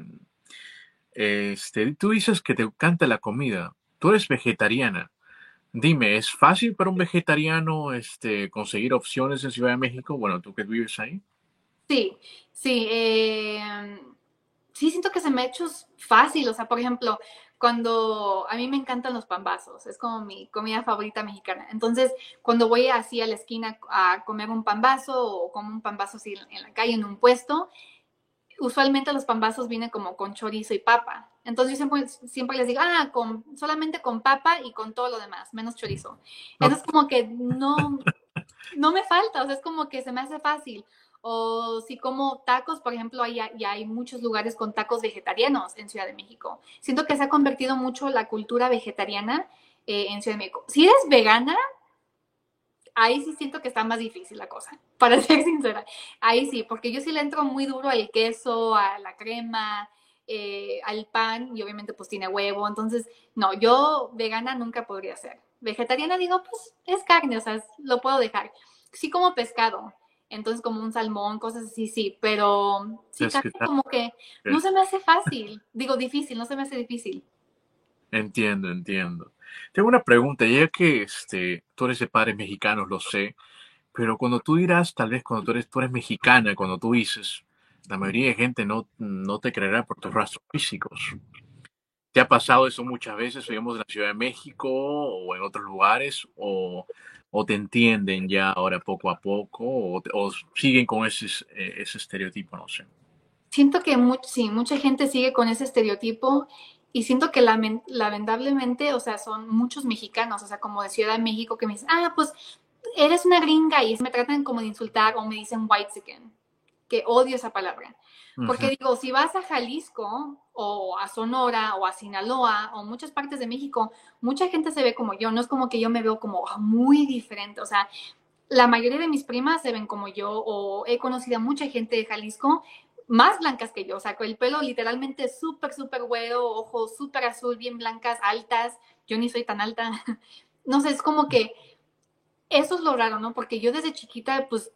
este, tú dices que te encanta la comida. Tú eres vegetariana. Dime, ¿es fácil para un vegetariano este, conseguir opciones en Ciudad de México? Bueno, tú que vives ahí. Sí, sí, eh, sí siento que se me ha hecho fácil, o sea, por ejemplo, cuando a mí me encantan los pambazos, es como mi comida favorita mexicana. Entonces, cuando voy así a la esquina a comer un pambazo o como un pambazo así en la calle, en un puesto, usualmente los pambazos vienen como con chorizo y papa. Entonces yo siempre, siempre les digo, ah, con, solamente con papa y con todo lo demás, menos chorizo. No, Entonces como que no, no me falta, o sea, es como que se me hace fácil. O si como tacos, por ejemplo, hay, ya hay muchos lugares con tacos vegetarianos en Ciudad de México. Siento que se ha convertido mucho la cultura vegetariana eh, en Ciudad de México. Si eres vegana, ahí sí siento que está más difícil la cosa, para ser sincera. Ahí sí, porque yo sí le entro muy duro al queso, a la crema, eh, al pan, y obviamente pues tiene huevo. Entonces, no, yo vegana nunca podría ser. Vegetariana digo, pues es carne, o sea, lo puedo dejar. Sí como pescado, entonces como un salmón, cosas así, sí, pero sí, es carne que tal como que no vez. se me hace fácil. Digo, difícil, no se me hace difícil. Entiendo, entiendo. Tengo una pregunta, ya que este, tú eres de padres mexicanos, lo sé, pero cuando tú dirás, tal vez cuando tú eres, tú eres mexicana, cuando tú dices, la mayoría de gente no, no te creerá por tus rasgos físicos. ¿Te ha pasado eso muchas veces, digamos, en la Ciudad de México o en otros lugares? ¿O, o te entienden ya ahora poco a poco? ¿O, te- o siguen con ese, eh, ese estereotipo? No sé. Siento que much, sí, mucha gente sigue con ese estereotipo y siento que lamen, lamentablemente, o sea, son muchos mexicanos, o sea, como de Ciudad de México que me dicen, ah, pues eres una gringa y me tratan como de insultar o me dicen white chicken, que odio esa palabra. Ujú, Porque digo, si vas a Jalisco o a Sonora o a Sinaloa o muchas partes de México, mucha gente se ve como yo, no es como que yo me veo como oh, muy diferente, o sea, la mayoría de mis primas se ven como yo o he conocido a mucha gente de Jalisco más blancas que yo, o sea, con el pelo literalmente súper, súper güero, ojos súper azul, bien blancas, altas, yo ni soy tan alta. No sé, es como que eso es lo raro, ¿no? Porque yo desde chiquita, pues,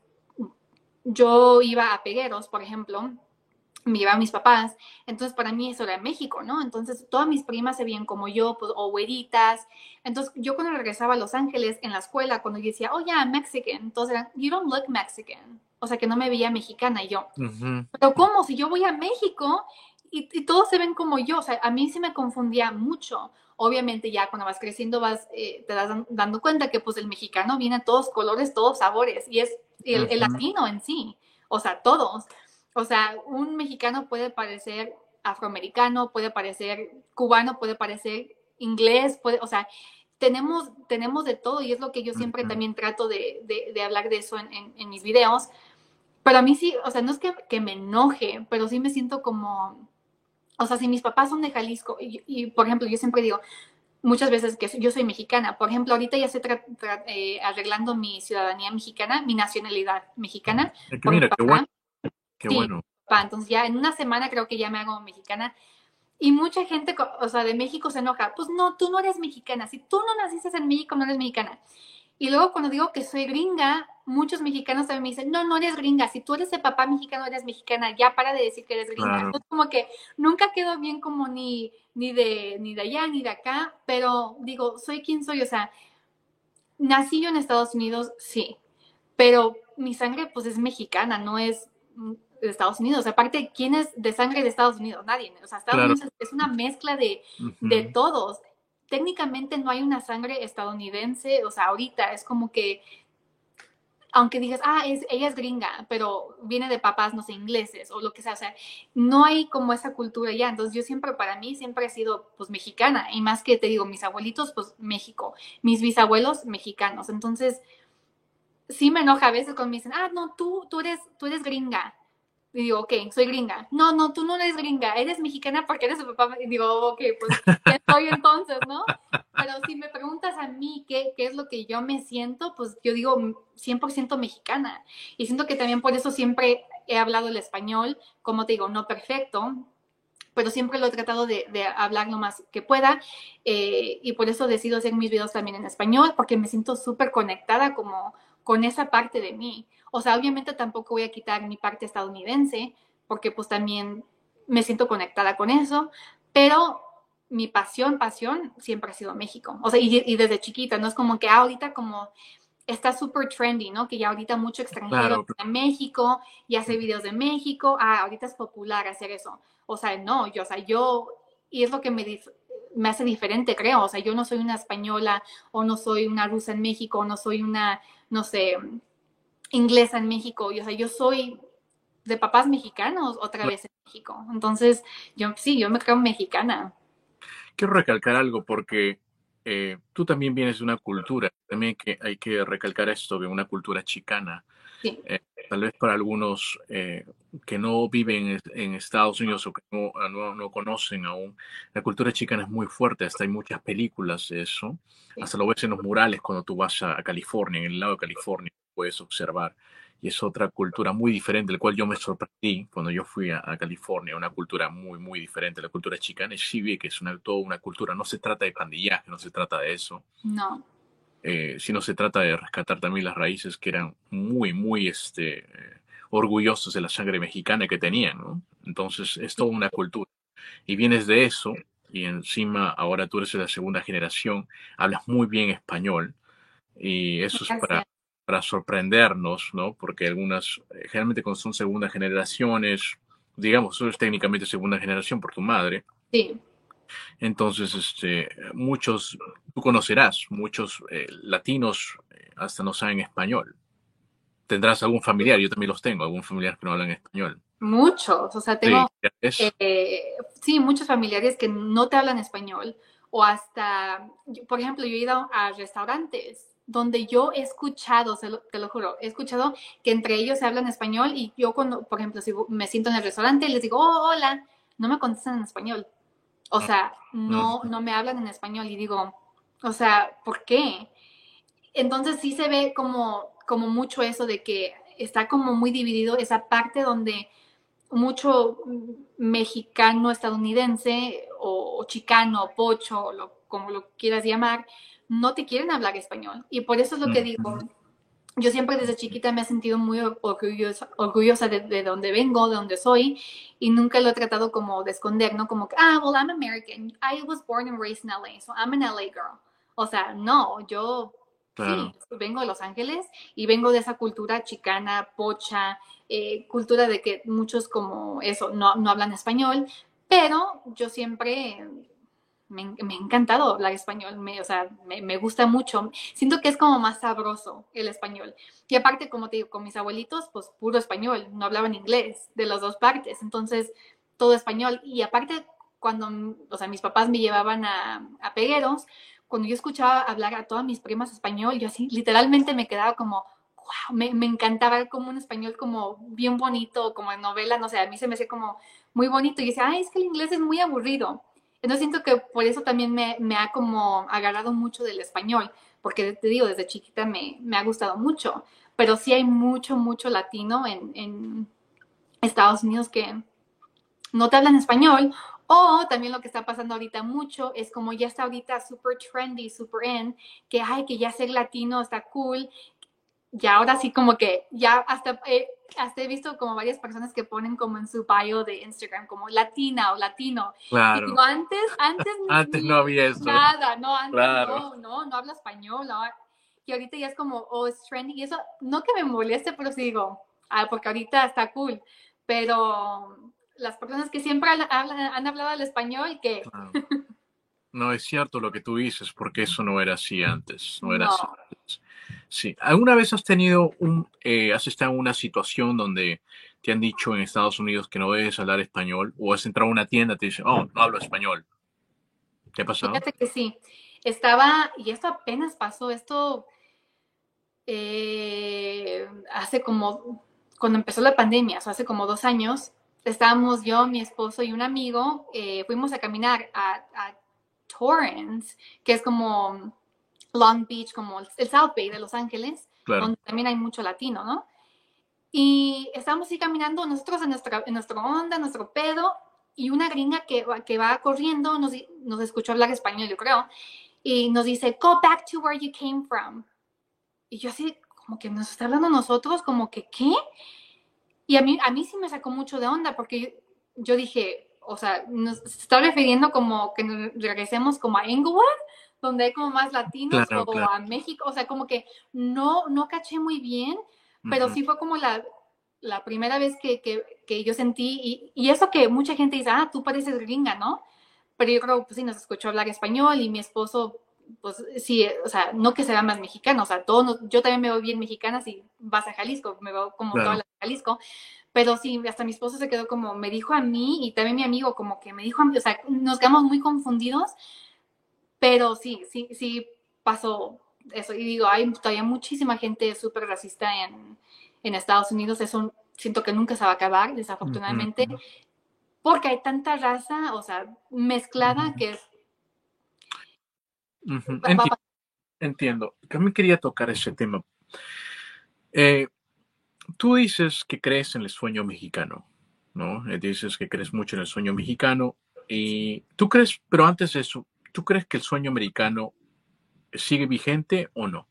yo iba a Pegueros, por ejemplo, me llevaban mis papás, entonces para mí eso era México, ¿no? Entonces todas mis primas se veían como yo, pues, o güeritas. Entonces yo cuando regresaba a Los Ángeles en la escuela, cuando yo decía, oh, yeah, Mexican, entonces eran, you don't look Mexican. O sea, que no me veía mexicana y yo, ujú, pero ¿cómo? Si yo voy a México y, y todos se ven como yo, o sea, a mí sí me confundía mucho. Obviamente ya cuando vas creciendo vas, eh, te das dando cuenta que pues el mexicano viene a todos colores, todos sabores, y es el, el ujú. latino en sí, o sea, todos. O sea, un mexicano puede parecer afroamericano, puede parecer cubano, puede parecer inglés, puede, o sea, tenemos, tenemos de todo y es lo que yo siempre Ujú, también trato de, de, de hablar de eso en, en, en mis videos, pero a mí sí, o sea, no es que, que me enoje, pero sí me siento como, o sea, si mis papás son de Jalisco, y, y, por ejemplo, yo siempre digo muchas veces que yo soy mexicana, por ejemplo, ahorita ya estoy eh, arreglando mi ciudadanía mexicana, mi nacionalidad mexicana, es que por mi mira, qué bueno, papá, qué sí, bueno. papá, entonces ya en una semana creo que ya me hago mexicana, y mucha gente, o sea, de México se enoja, pues no, tú no eres mexicana, si tú no naciste en México, no eres mexicana. Y luego cuando digo que soy gringa, muchos mexicanos también me dicen, no, no eres gringa, si tú eres de papá mexicano, eres mexicana, ya para de decir que eres gringa. Claro, Entonces como que nunca quedo bien como ni, ni, de, ni de allá ni de acá, pero digo, soy quien soy, o sea, nací yo en Estados Unidos, sí, pero mi sangre pues es mexicana, no es de Estados Unidos. Aparte, ¿quién es de sangre de Estados Unidos? Nadie. O sea, Estados claro. Unidos es una mezcla de, de Ujú. todos. Técnicamente no hay una sangre estadounidense, o sea, ahorita es como que aunque digas, ah, es, ella es gringa, pero viene de papás, no sé, ingleses o lo que sea, o sea, no hay como esa cultura ya. Entonces yo siempre, para mí, siempre he sido pues mexicana, y más que te digo, mis abuelitos, pues México, mis bisabuelos mexicanos. Entonces sí me enoja a veces cuando me dicen, ah, no, tú, tú, eres, tú eres gringa. Y digo, ok, soy gringa. No, no, tú no eres gringa, eres mexicana porque eres su papá. Y digo, ok, pues, ¿qué soy entonces, no? Pero si me preguntas a mí qué, qué es lo que yo me siento, pues yo digo cien por ciento mexicana. Y siento que también por eso siempre he hablado el español, como te digo, no perfecto, pero siempre lo he tratado de, de hablar lo más que pueda, eh, y por eso decido hacer mis videos también en español, porque me siento súper conectada como con esa parte de mí. O sea, obviamente tampoco voy a quitar mi parte estadounidense, porque pues también me siento conectada con eso, pero mi pasión, pasión siempre ha sido México. O sea, y, y desde chiquita, no es como que ahorita como está súper trendy, ¿no? Que ya ahorita mucho extranjero Claro, está en México y hace videos de México. Ah, ahorita es popular hacer eso. O sea, no, yo, o sea, yo, y es lo que me, dif- me hace diferente, creo. O sea, yo no soy una española, o no soy una rusa en México, o no soy una, no sé, inglesa en México. Y, o sea, yo soy de papás mexicanos otra claro. vez en México. Entonces, yo sí, yo me creo mexicana. Quiero recalcar algo porque eh, tú también vienes de una cultura, también que hay que recalcar esto, de una cultura chicana. Sí, Eh, Tal vez para algunos eh, que no viven en, en Estados Unidos o que no, no, no conocen aún, la cultura chicana es muy fuerte, hasta hay muchas películas de eso, sí, hasta lo ves en los murales cuando tú vas a, a California, en el lado de California, puedes observar. Y es otra cultura muy diferente, del cual yo me sorprendí cuando yo fui a, a California, una cultura muy, muy diferente. La cultura chicana es sí que es una, toda una cultura, no se trata de pandillaje, no se trata de eso, no, eh, sino se trata de rescatar también las raíces que eran muy, muy este, eh, orgullosos de la sangre mexicana que tenían, ¿no? Entonces es toda una cultura. Y vienes de eso, y encima ahora tú eres de la segunda generación, hablas muy bien español, y eso es para, gracias. para sorprendernos, ¿no? Porque algunas, eh, generalmente cuando son segundas generaciones, digamos, tú eres técnicamente segunda generación por tu madre, Sí, entonces, este, muchos, tú conocerás, muchos eh, latinos eh, hasta no saben español. Tendrás algún familiar, yo también los tengo, algún familiar que no hablan español. muchos. O sea, Sí, tengo, es, eh, sí, muchos familiares que no te hablan español, o hasta, yo- por ejemplo, yo he ido a restaurantes donde yo he escuchado, se lo- te lo juro, he escuchado que entre ellos se hablan español, y yo cuando, por ejemplo, si me siento en el restaurante y les digo, oh, hola, no me contestan en español. O sea, no, mm, no me hablan en español, y digo, o sea, ¿por qué? Entonces sí se ve como, como mucho eso de que está como muy dividido esa parte donde mucho mexicano estadounidense, o, o chicano, pocho, lo, como lo quieras llamar, no te quieren hablar español. Y por eso es lo que digo. mm, Yo siempre desde chiquita me he sentido muy orgullosa, orgullosa de, de donde vengo, de donde soy, y nunca lo he tratado como de esconder, ¿no? Como que, ah, well, I'm American. I was born and raised in L A, so I'm an L A girl. O sea, no, yo sí, claro. vengo de Los Ángeles y vengo de esa cultura chicana, pocha, eh, cultura de que muchos como eso no, no hablan español, pero yo siempre me, me, ha encantado hablar español, me, o sea, me, me, gusta mucho. Siento que es como más sabroso el español. Y aparte, como te digo, con mis abuelitos, pues puro español, no hablaban inglés de las dos partes, entonces todo español. Y aparte, cuando, o sea, mis papás me llevaban a, a Pegueros, cuando yo escuchaba hablar a todas mis primas español, yo así literalmente me quedaba como, wow, me, me encantaba como un español como bien bonito, como en novela, no sé, a mí se me hacía como muy bonito. Y decía, ay, es que el inglés es muy aburrido. Entonces siento que por eso también me, me ha como agarrado mucho del español, porque te digo, desde chiquita me, me ha gustado mucho, pero sí hay mucho, mucho latino en, en Estados Unidos que no te hablan español. O también lo que está pasando ahorita mucho es como ya está ahorita super trendy, super in, que ay, que ya ser latino está cool. Ya ahora sí como que ya hasta, eh, hasta he visto como varias personas que ponen como en su bio de Instagram como latina o latino. Y digo, Claro. antes, antes ni, Antes no ni había eso. nada, no, antes Claro. no, no, no habla español. No. Y ahorita ya es como, oh, es trending. Y eso, no que me moleste, pero sí digo, ah, porque ahorita está cool. Pero las personas que siempre han, hablan, han hablado el español, que Claro. No es cierto lo que tú dices, porque eso no era así antes, no era así no, antes. Sí. ¿Alguna vez has tenido un, eh, has estado en una situación donde te han dicho en Estados Unidos que no debes hablar español? ¿O has entrado a una tienda y te dicen, oh, no hablo español? ¿Te ha pasado? Fíjate que sí. Estaba, y esto apenas pasó, esto eh, hace como, cuando empezó la pandemia, o sea, hace como dos años, estábamos yo, mi esposo y un amigo, eh, fuimos a caminar a, a Torrance, que es como Long Beach, como el South Bay de Los Ángeles, Claro. donde también hay mucho latino, ¿no? Y estábamos ahí caminando nosotros en nuestra, en nuestra onda, en nuestro pedo, y una gringa que, que va corriendo nos, nos escuchó hablar español, yo creo, y nos dice, go back to where you came from. Y yo así, como que nos está hablando a nosotros, como que, ¿qué? Y a mí, a mí sí me sacó mucho de onda, porque yo, yo dije, o sea, nos se está refiriendo como que nos regresemos como a Inglewood, donde hay como más latinos, Claro, o claro. a México, o sea, como que no, no caché muy bien, pero Ujú. sí fue como la, la primera vez que, que, que yo sentí, y, y eso que mucha gente dice, ah, tú pareces gringa, ¿no? Pero yo creo, pues sí, nos escuchó hablar español y mi esposo, pues sí, o sea, no que sea más mexicano, o sea, todos nos, yo también me veo bien mexicana si vas a Jalisco, me veo como toda Claro. la de Jalisco, pero sí, hasta mi esposo se quedó como, me dijo a mí y también mi amigo como que me dijo a mí, o sea, nos quedamos muy confundidos, pero sí, sí, sí pasó eso. Y digo, hay todavía muchísima gente súper racista en, en Estados Unidos, eso siento que nunca se va a acabar, desafortunadamente, Ujú. porque hay tanta raza, o sea, mezclada Ujú. que Ujú. va, va a Enti- pasar. entiendo. También quería tocar ese tema. Eh, Tú dices que crees en el sueño mexicano, ¿no? Eh, dices que crees mucho en el sueño mexicano y tú crees, pero antes de eso, ¿tú crees que el sueño americano sigue vigente o no?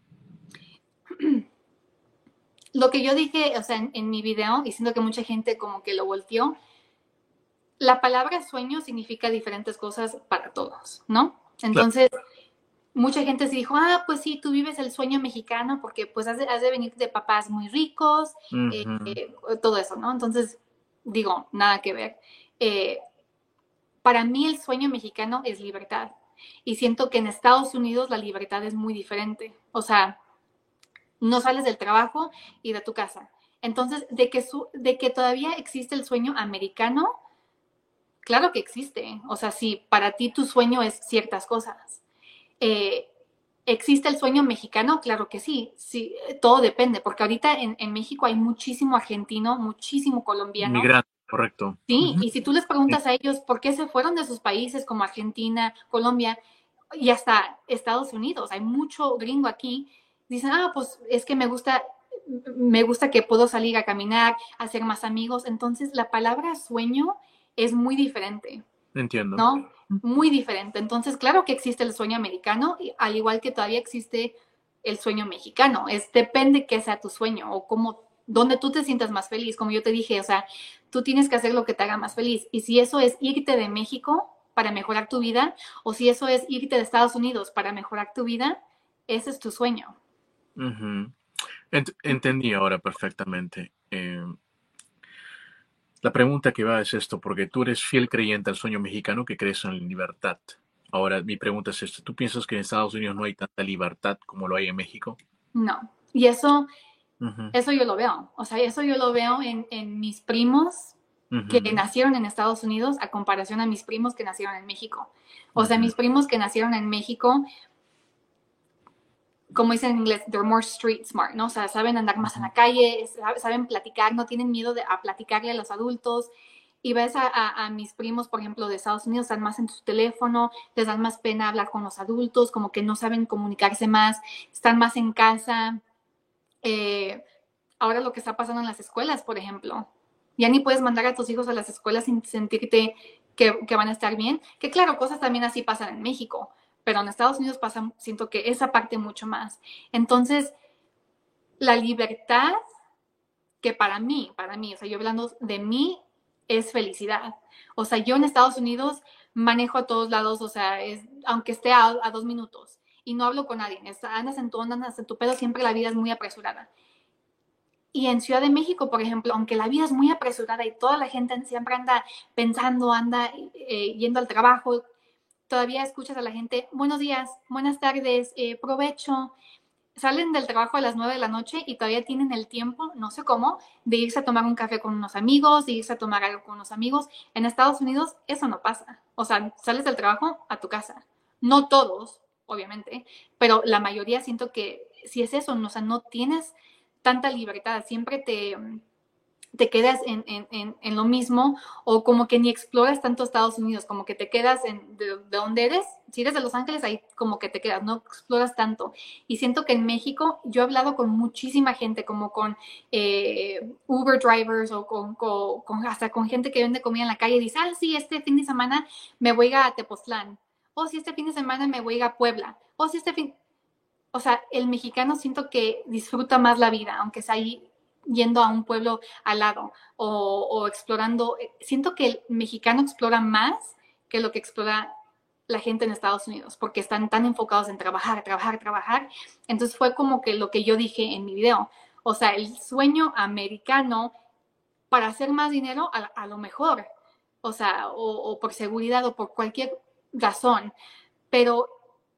Lo que yo dije, o sea, en, en mi video, y siento que mucha gente como que lo volteó, la palabra sueño significa diferentes cosas para todos, ¿no? Claro. Entonces, mucha gente se dijo, ah, pues sí, tú vives el sueño mexicano porque pues has de, has de venir de papás muy ricos, eh, Ujú. eh, todo eso, ¿no? Entonces, digo, nada que ver. Eh, para mí el sueño mexicano es libertad. Y siento que en Estados Unidos la libertad es muy diferente. O sea, no sales del trabajo y de tu casa. Entonces, de que, su, de que todavía existe el sueño americano, claro que existe. O sea, si para ti tu sueño es ciertas cosas. Eh, ¿Existe el sueño mexicano? Claro que sí, sí, todo depende, porque ahorita en, en México hay muchísimo argentino, muchísimo colombiano, Migrante, correcto. sí, Ujú. y si tú les Sí. preguntas a ellos por qué se fueron de sus países como Argentina, Colombia y hasta Estados Unidos, hay mucho gringo aquí, dicen, ah, pues es que me gusta, me gusta que puedo salir a caminar, hacer más amigos, entonces la palabra sueño es muy diferente. Entiendo. ¿No? Muy diferente. Entonces, claro que existe el sueño americano, al igual que todavía existe el sueño mexicano. Es depende qué sea tu sueño o cómo, donde tú te sientas más feliz. Como yo te dije, o sea, tú tienes que hacer lo que te haga más feliz. Y si eso es irte de México para mejorar tu vida, o si eso es irte de Estados Unidos para mejorar tu vida, ese es tu sueño. Ujú. Ent- entendí ahora perfectamente. Eh, la pregunta que va es esto, porque tú eres fiel creyente al sueño mexicano que crees en la libertad. Ahora, mi pregunta es esta, ¿tú piensas que en Estados Unidos no hay tanta libertad como lo hay en México? No. Y eso, Ujú. eso yo lo veo. O sea, eso yo lo veo en, en mis primos que Ujú. nacieron en Estados Unidos a comparación a mis primos que nacieron en México. O sea, Ujú. mis primos que nacieron en México, como dicen en inglés, they're more street smart, ¿no? O sea, saben andar más en Ujú. la calle, saben platicar, no tienen miedo de, a platicarle a los adultos. Y ves a, a, a, mis primos, por ejemplo, de Estados Unidos, están más en su teléfono, les dan más pena hablar con los adultos, como que no saben comunicarse más, están más en casa. Eh, ahora lo que está pasando en las escuelas, por ejemplo, ya ni puedes mandar a tus hijos a las escuelas sin sentirte que, que van a estar bien, que claro, cosas también así pasan en México, pero en Estados Unidos pasa, siento que esa parte mucho más. Entonces, la libertad que para mí, para mí, o sea, yo hablando de mí, es felicidad. O sea, yo en Estados Unidos manejo a todos lados, o sea, es, aunque esté a, a dos minutos y no hablo con nadie, es, andas en tu onda, andas en tu pedo, siempre la vida es muy apresurada. Y en Ciudad de México, por ejemplo, aunque la vida es muy apresurada y toda la gente siempre anda pensando, anda eh, yendo al trabajo, todavía escuchas a la gente, buenos días, buenas tardes, eh, provecho. salen del trabajo a las nueve de la noche y todavía tienen el tiempo, no sé cómo, de irse a tomar un café con unos amigos, de irse a tomar algo con unos amigos. En Estados Unidos eso no pasa. O sea, sales del trabajo a tu casa. No todos, obviamente, pero la mayoría siento que si es eso, no, o sea, no tienes tanta libertad, siempre te, te quedas en, en, en, en lo mismo, o como que ni exploras tanto Estados Unidos, como que te quedas en, de, de donde eres. Si eres de Los Ángeles, ahí como que te quedas, no exploras tanto. Y siento que en México, yo he hablado con muchísima gente, como con eh, Uber drivers o con, con, con, hasta con gente que vende comida en la calle, y dice, ah, sí, este fin de semana me voy a Tepoztlán, o si este fin de semana me voy a ir a Puebla, o si este fin... O sea, el mexicano siento que disfruta más la vida, aunque sea ahí yendo a un pueblo al lado o, o explorando. Siento que el mexicano explora más que lo que explora la gente en Estados Unidos, porque están tan enfocados en trabajar, trabajar, trabajar. Entonces fue como que lo que yo dije en mi video. O sea, el sueño americano para hacer más dinero, a, a lo mejor. O sea, o, o por seguridad o por cualquier razón. Pero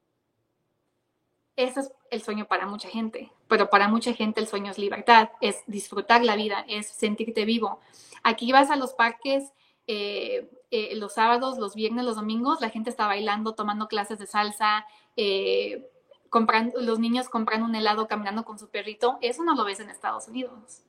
ese es el sueño para mucha gente, pero para mucha gente el sueño es libertad, es disfrutar la vida, es sentirte vivo. Aquí vas a los parques eh, eh, los sábados, los viernes, los domingos, la gente está bailando, tomando clases de salsa, eh, comprando, los niños comprando un helado, caminando con su perrito. Eso no lo ves en Estados Unidos.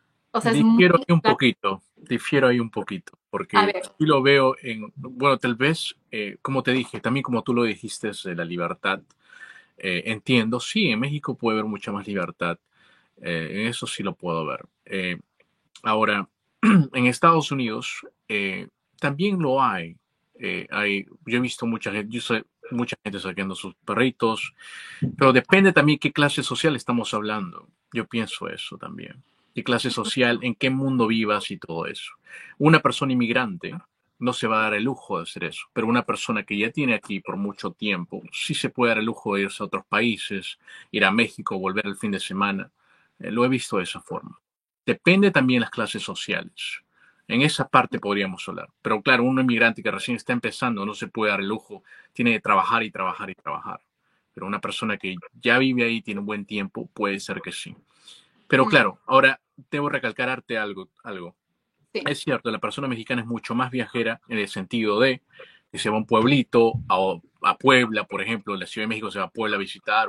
O sea, es muy... Difiero ahí un poquito, difiero ahí un poquito, A porque ver, sí lo veo en, bueno, tal vez, eh, como te dije, también como tú lo dijiste, es de la libertad. Eh, entiendo, sí, en México puede haber mucha más libertad. Eh, en eso sí lo puedo ver. Eh, ahora, en Estados Unidos eh, también lo hay. Eh, hay. Yo he visto mucha gente, yo sé, mucha gente sacando sus perritos, pero depende también qué clase social estamos hablando. Yo pienso eso también. Qué clase social, en qué mundo vivas y todo eso. Una persona inmigrante no se va a dar el lujo de hacer eso, pero una persona que ya tiene aquí por mucho tiempo, sí se puede dar el lujo de irse a otros países, ir a México, volver el fin de semana. Eh, lo he visto de esa forma. Depende también de las clases sociales. En esa parte podríamos hablar. Pero claro, un inmigrante que recién está empezando no se puede dar el lujo, tiene que trabajar y trabajar y trabajar. Pero una persona que ya vive ahí, tiene un buen tiempo, puede ser que sí. Pero claro, ahora debo recalcarte algo, algo. sí. Es cierto, la persona mexicana es mucho más viajera en el sentido de que se va a un pueblito, a, a Puebla, por ejemplo, la Ciudad de México se va a Puebla a visitar.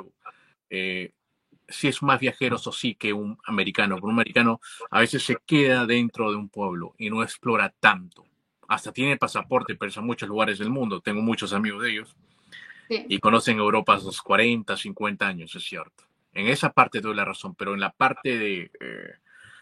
Eh, sí es más viajero, eso sí, que un americano. Pero un americano a veces se queda dentro de un pueblo y no explora tanto. Hasta tiene pasaporte, pero en muchos lugares del mundo. Tengo muchos amigos de ellos Sí. y conocen Europa a los cuarenta, cincuenta años, es cierto. En esa parte doy la razón, pero en la parte de, eh,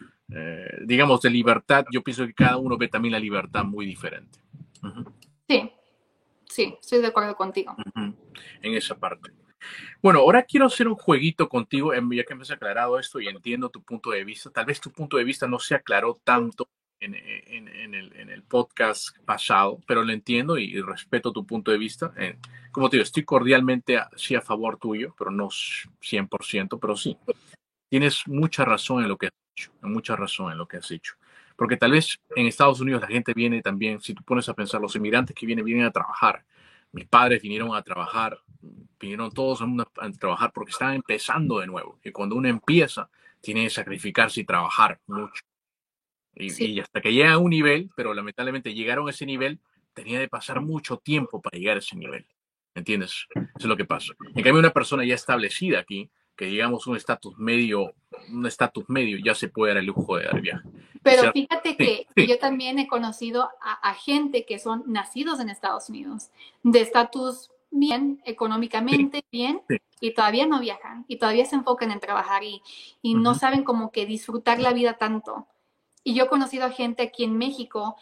eh, digamos, de libertad, yo pienso que cada uno ve también la libertad muy diferente. Uh-huh. Sí, sí, estoy de acuerdo contigo. Uh-huh. En esa parte. Bueno, ahora quiero hacer un jueguito contigo, ya que me has aclarado esto y entiendo tu punto de vista. Tal vez tu punto de vista no se aclaró tanto en, en, en, el, en el podcast pasado, pero lo entiendo y, y respeto tu punto de vista. Eh, como te digo, estoy cordialmente a, sí a favor tuyo, pero no cien por ciento, pero sí. Tienes mucha razón en lo que has dicho, mucha razón en lo que has dicho. Porque tal vez en Estados Unidos la gente viene también, si tú pones a pensar, los inmigrantes que vienen, vienen a trabajar. Mis padres vinieron a trabajar, vinieron todos a, una, a trabajar porque estaban empezando de nuevo. Y cuando uno empieza, tiene que sacrificarse y trabajar mucho. Y, Sí. y hasta que llega a un nivel, pero lamentablemente llegaron a ese nivel, tenía de pasar mucho tiempo para llegar a ese nivel. ¿Entiendes? Eso es lo que pasa. En cambio, una persona ya establecida aquí, que digamos un estatus medio, un estatus medio, ya se puede dar el lujo de dar viaje. Pero O sea, fíjate sí, que sí. yo también he conocido a, a gente que son nacidos en Estados Unidos, de estatus bien, económicamente Sí, bien, sí. y todavía no viajan, y todavía se enfocan en trabajar y, y no Uh-huh. saben como que disfrutar la vida tanto. Y yo he conocido a gente aquí en México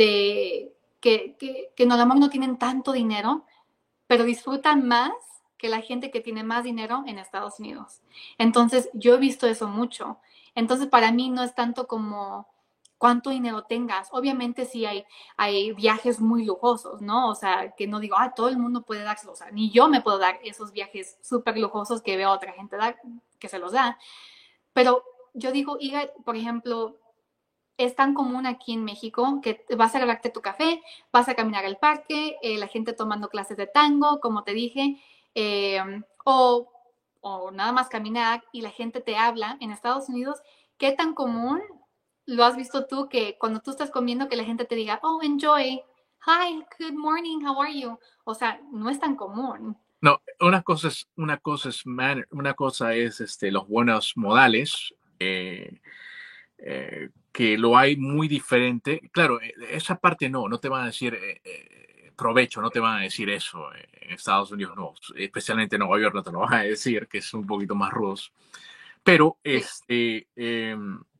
de que, que, que no, a lo mejor no tienen tanto dinero, pero disfrutan más que la gente que tiene más dinero en Estados Unidos. Entonces, yo he visto eso mucho. Entonces, para mí no es tanto como cuánto dinero tengas. Obviamente sí hay, hay viajes muy lujosos, ¿no? O sea, que no digo, ah, todo el mundo puede dárselo. O sea, ni yo me puedo dar esos viajes súper lujosos que veo a otra gente dar, que se los da. Pero yo digo, Iga, por ejemplo, es tan común aquí en México que vas a grabarte tu café, vas a caminar al parque, eh, la gente tomando clases de tango, como te dije, eh, o, o nada más caminar y la gente te habla en Estados Unidos, ¿qué tan común lo has visto tú que cuando tú estás comiendo que la gente te diga, oh, enjoy, hi, good morning, how are you? O sea, no es tan común. No, una cosa es, una cosa es, manner, una cosa es este, los buenos modales, eh, eh, que lo hay muy diferente. Claro, esa parte no, no te van a decir eh, eh, provecho, no te van a decir eso. En Estados Unidos no, especialmente en Nueva York no te lo van a decir, que es un poquito más rudos. Pero Sí. este, eh,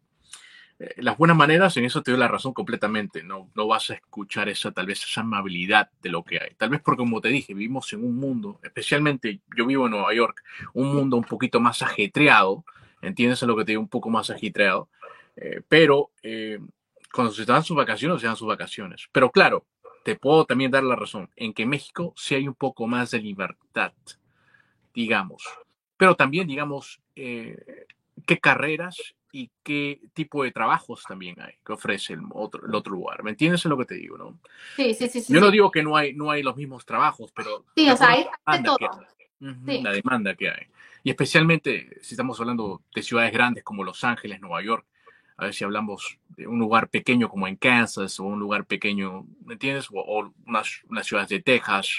las buenas maneras, en eso te doy la razón completamente. No, no vas a escuchar esa, tal vez, esa amabilidad de lo que hay. Tal vez porque, como te dije, vivimos en un mundo, especialmente yo vivo en Nueva York, un mundo un poquito más ajetreado. ¿Entiendes a lo que te digo? Un poco más ajetreado. Eh, pero eh, cuando se dan sus vacaciones, se dan sus vacaciones. Pero claro, te puedo también dar la razón en que en México sí hay un poco más de libertad, digamos. Pero también, digamos, eh, qué carreras y qué tipo de trabajos también hay que ofrece el otro, el otro lugar. ¿Me entiendes en lo que te digo, no? Sí, sí, sí, sí, Yo no sí. digo que no hay, no hay los mismos trabajos, pero Sí, ¿te o sea, acuerdas hay la de demanda que todo. hay? Uh-huh, Sí. la demanda que hay. Y especialmente si estamos hablando de ciudades grandes como Los Ángeles, Nueva York. A ver si hablamos de un lugar pequeño como en Kansas o un lugar pequeño, ¿me entiendes? O, o unas, unas ciudades de Texas.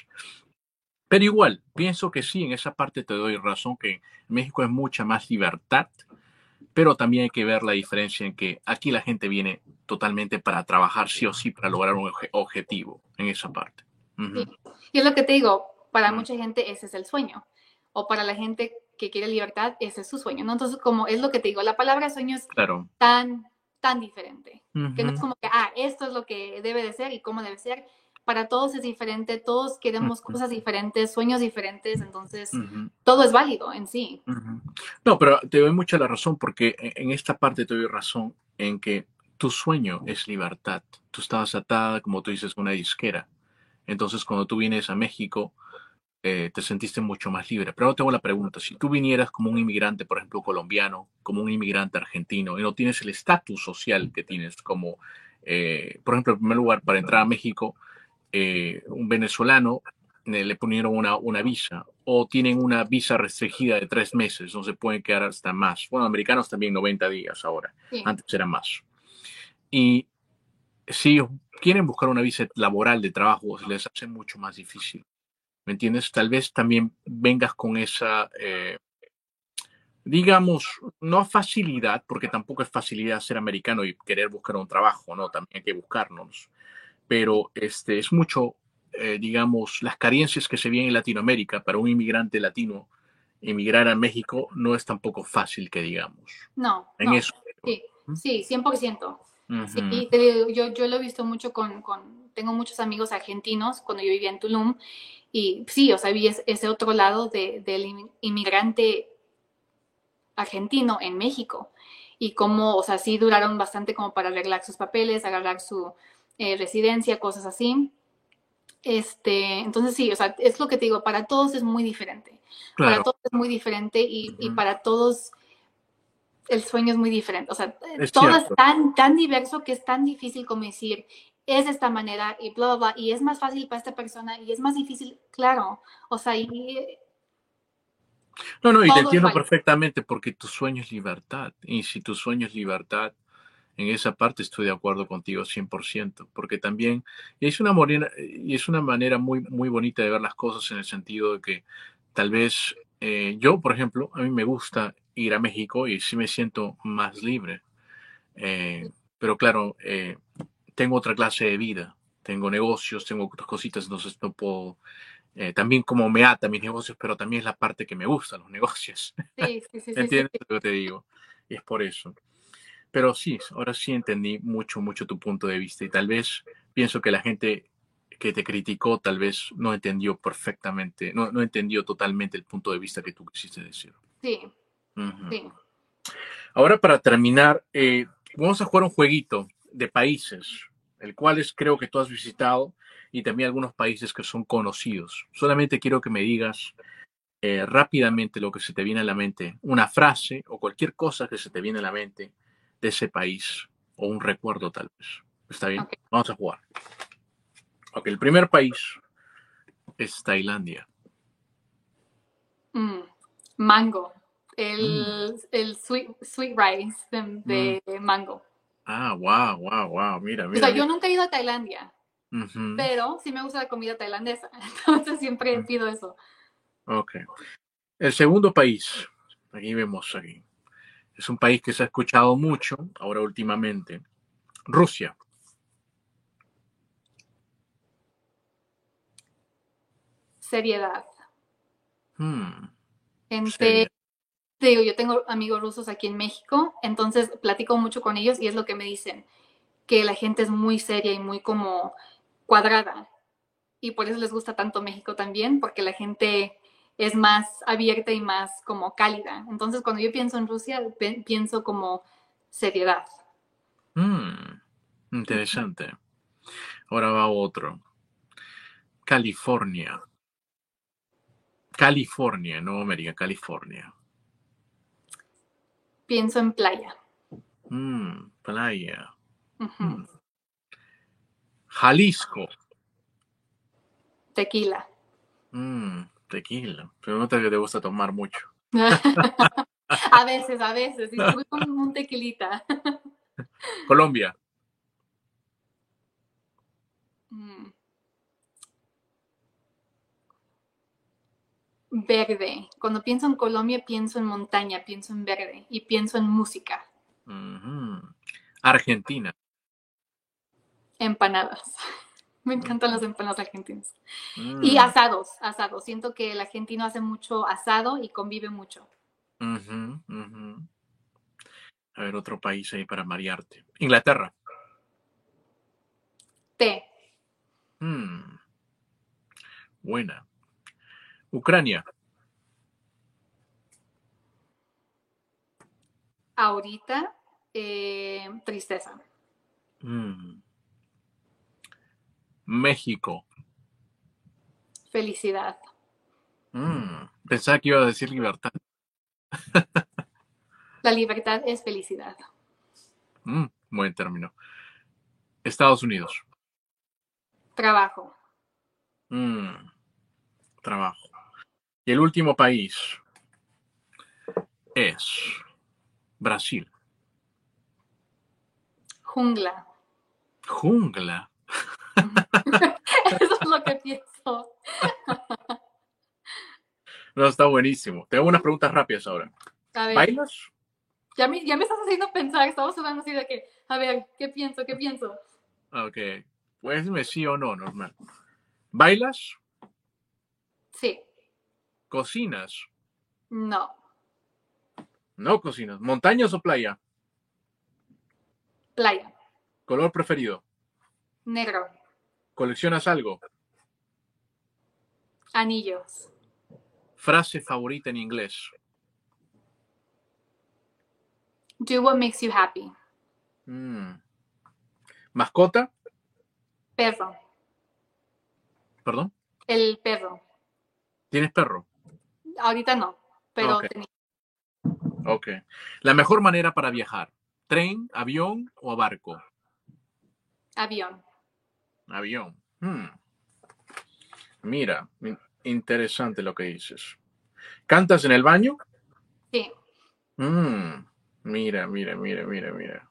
Pero igual, pienso que sí, en esa parte te doy razón, que en México es mucha más libertad, pero también hay que ver la diferencia en que aquí la gente viene totalmente para trabajar sí o sí, para lograr un obje- objetivo en esa parte. Sí. Uh-huh. Y es lo que te digo, para Uh-huh. mucha gente ese es el sueño. O para la gente que quiere libertad, ese es su sueño, ¿no? Entonces, como es lo que te digo, la palabra sueño es Claro. tan, tan diferente. Que no es Uh-huh. como que, ah, esto es lo que debe de ser y cómo debe ser. Para todos es diferente, todos queremos Uh-huh. cosas diferentes, sueños diferentes, entonces Uh-huh. todo es válido en sí. Uh-huh. No, pero te doy mucha la razón porque en, en esta parte te doy razón en que tu sueño es libertad. Tú estabas atada, como tú dices, a una disquera. Entonces, cuando tú vienes a México, eh, te sentiste mucho más libre. Pero ahora tengo la pregunta, si tú vinieras como un inmigrante, por ejemplo, colombiano, como un inmigrante argentino, y no tienes el estatus social que tienes como, eh, por ejemplo, en primer lugar, para entrar a México, eh, un venezolano eh, le ponieron una, una visa, o tienen una visa restringida de tres meses, no se pueden quedar hasta más. Bueno, americanos también noventa días ahora, Sí. antes era más. Y si quieren buscar una visa laboral de trabajo, se les hace mucho más difícil. ¿Me entiendes? Tal vez también vengas con esa, eh, digamos, no facilidad, porque tampoco es facilidad ser americano y querer buscar un trabajo, ¿no? También hay que buscarnos. Pero este, es mucho, eh, digamos, las carencias que se vienen en Latinoamérica para un inmigrante latino emigrar a México no es tampoco fácil que digamos. No, En no. eso. Sí, sí, cien por ciento. Sí, Uh-huh. te digo, yo, yo lo he visto mucho con, con, tengo muchos amigos argentinos cuando yo vivía en Tulum y sí, o sea, vi ese, ese otro lado de, del inmigrante argentino en México y cómo, o sea, sí duraron bastante como para arreglar sus papeles, agarrar su eh, residencia, cosas así. Este, entonces sí, o sea, es lo que te digo, para todos es muy diferente. Para Claro. todos es muy diferente y, y Uh-huh. para todos el sueño es muy diferente. O sea, Es todo es cierto. tan, tan diverso que es tan difícil como decir, es de esta manera y bla, bla, bla, y es más fácil para esta persona y es más difícil, claro. O sea, y No, no, y te todo es entiendo válido. perfectamente porque tu sueño es libertad. Y si tu sueño es libertad, en esa parte estoy de acuerdo contigo cien por ciento, porque también y es una, morena, y es una manera muy, muy bonita de ver las cosas en el sentido de que tal vez eh, yo, por ejemplo, a mí me gusta ir a México y sí me siento más libre. Eh, pero claro, eh, tengo otra clase de vida, tengo negocios, tengo otras cositas, entonces no puedo, eh, también como me ata mis negocios, pero también es la parte que me gusta, los negocios. Sí, sí, sí, sí, sí. ¿Entiendes lo que te digo? Y es por eso. Pero sí, ahora sí entendí mucho, mucho tu punto de vista y tal vez pienso que la gente que te criticó tal vez no entendió perfectamente, no, no entendió totalmente el punto de vista que tú quisiste decir. Sí, Uh-huh. sí. Ahora para terminar, eh, vamos a jugar un jueguito de países, el cual es, creo que tú has visitado y también algunos países que son conocidos. Solamente quiero que me digas eh, rápidamente lo que se te viene a la mente, una frase o cualquier cosa que se te viene a la mente de ese país o un recuerdo tal vez. ¿Está bien? Okay. Vamos a jugar. Ok, el primer país es Tailandia. Mm. Mango. Mm, El, el sweet, sweet rice de, mm. de mango. Ah, wow, wow, wow. Mira, O sea, mira, yo mira. nunca he ido a Tailandia, Ujú, pero sí me gusta la comida tailandesa. Entonces siempre mm. pido eso. Ok. El segundo país. Aquí vemos aquí. Es un país que se ha escuchado mucho ahora últimamente. Rusia. Seriedad. Hmm, Gente, seria. te digo, yo tengo amigos rusos aquí en México, entonces platico mucho con ellos y es lo que me dicen, que la gente es muy seria y muy como cuadrada. Y por eso les gusta tanto México también, porque la gente es más abierta y más como cálida. Entonces, cuando yo pienso en Rusia, pienso como seriedad. Hmm, interesante. Ahora va otro. California. California, no América, California. Pienso en playa. Hmm, playa. Ujú. Hmm. Jalisco. Tequila. Hmm, tequila. Pero no te, te gusta tomar mucho. A veces, a veces, disfruto un tequilita. Colombia. Mm. Verde. Cuando pienso en Colombia, pienso en montaña, pienso en verde y pienso en música. Ujú. Argentina. Empanadas. Me encantan Ujú. las empanadas argentinas. Y Mm, asados, asados. Siento que el argentino hace mucho asado y convive mucho. ujú, ujú. A ver, otro país ahí para marearte. Inglaterra. Té. Hmm, buena. Ucrania. Ahorita, eh, tristeza. Mm, México. Felicidad. Mm, pensaba que iba a decir libertad. La libertad es felicidad. Mm, buen término. Estados Unidos. Trabajo. Mm, trabajo. Y el último país es Brasil. Jungla. Jungla. Eso es lo que pienso. No, está buenísimo. Te hago unas preguntas rápidas ahora. A ver, ¿Bailas? ya me, ya me estás haciendo pensar. Estamos hablando así de que, a ver, ¿qué pienso? ¿Qué pienso? Ok. Pues dime sí o no, normal. ¿Bailas? Sí. ¿Cocinas? No. No cocinas. ¿Montañas o playa? Playa. ¿Color preferido? Negro. ¿Coleccionas algo? Anillos. ¿Frase favorita en inglés? Do what makes you happy. Mm. ¿Mascota? Perro. ¿Perdón? El perro. ¿Tienes perro? Ahorita no, pero Ok, tenía ok. La mejor manera para viajar. ¿Tren, avión o barco? avión. Avión. Hmm. Mira, in- interesante lo que dices. ¿Cantas en el baño? Sí. Mm. Mira, mira, mira, mira, mira.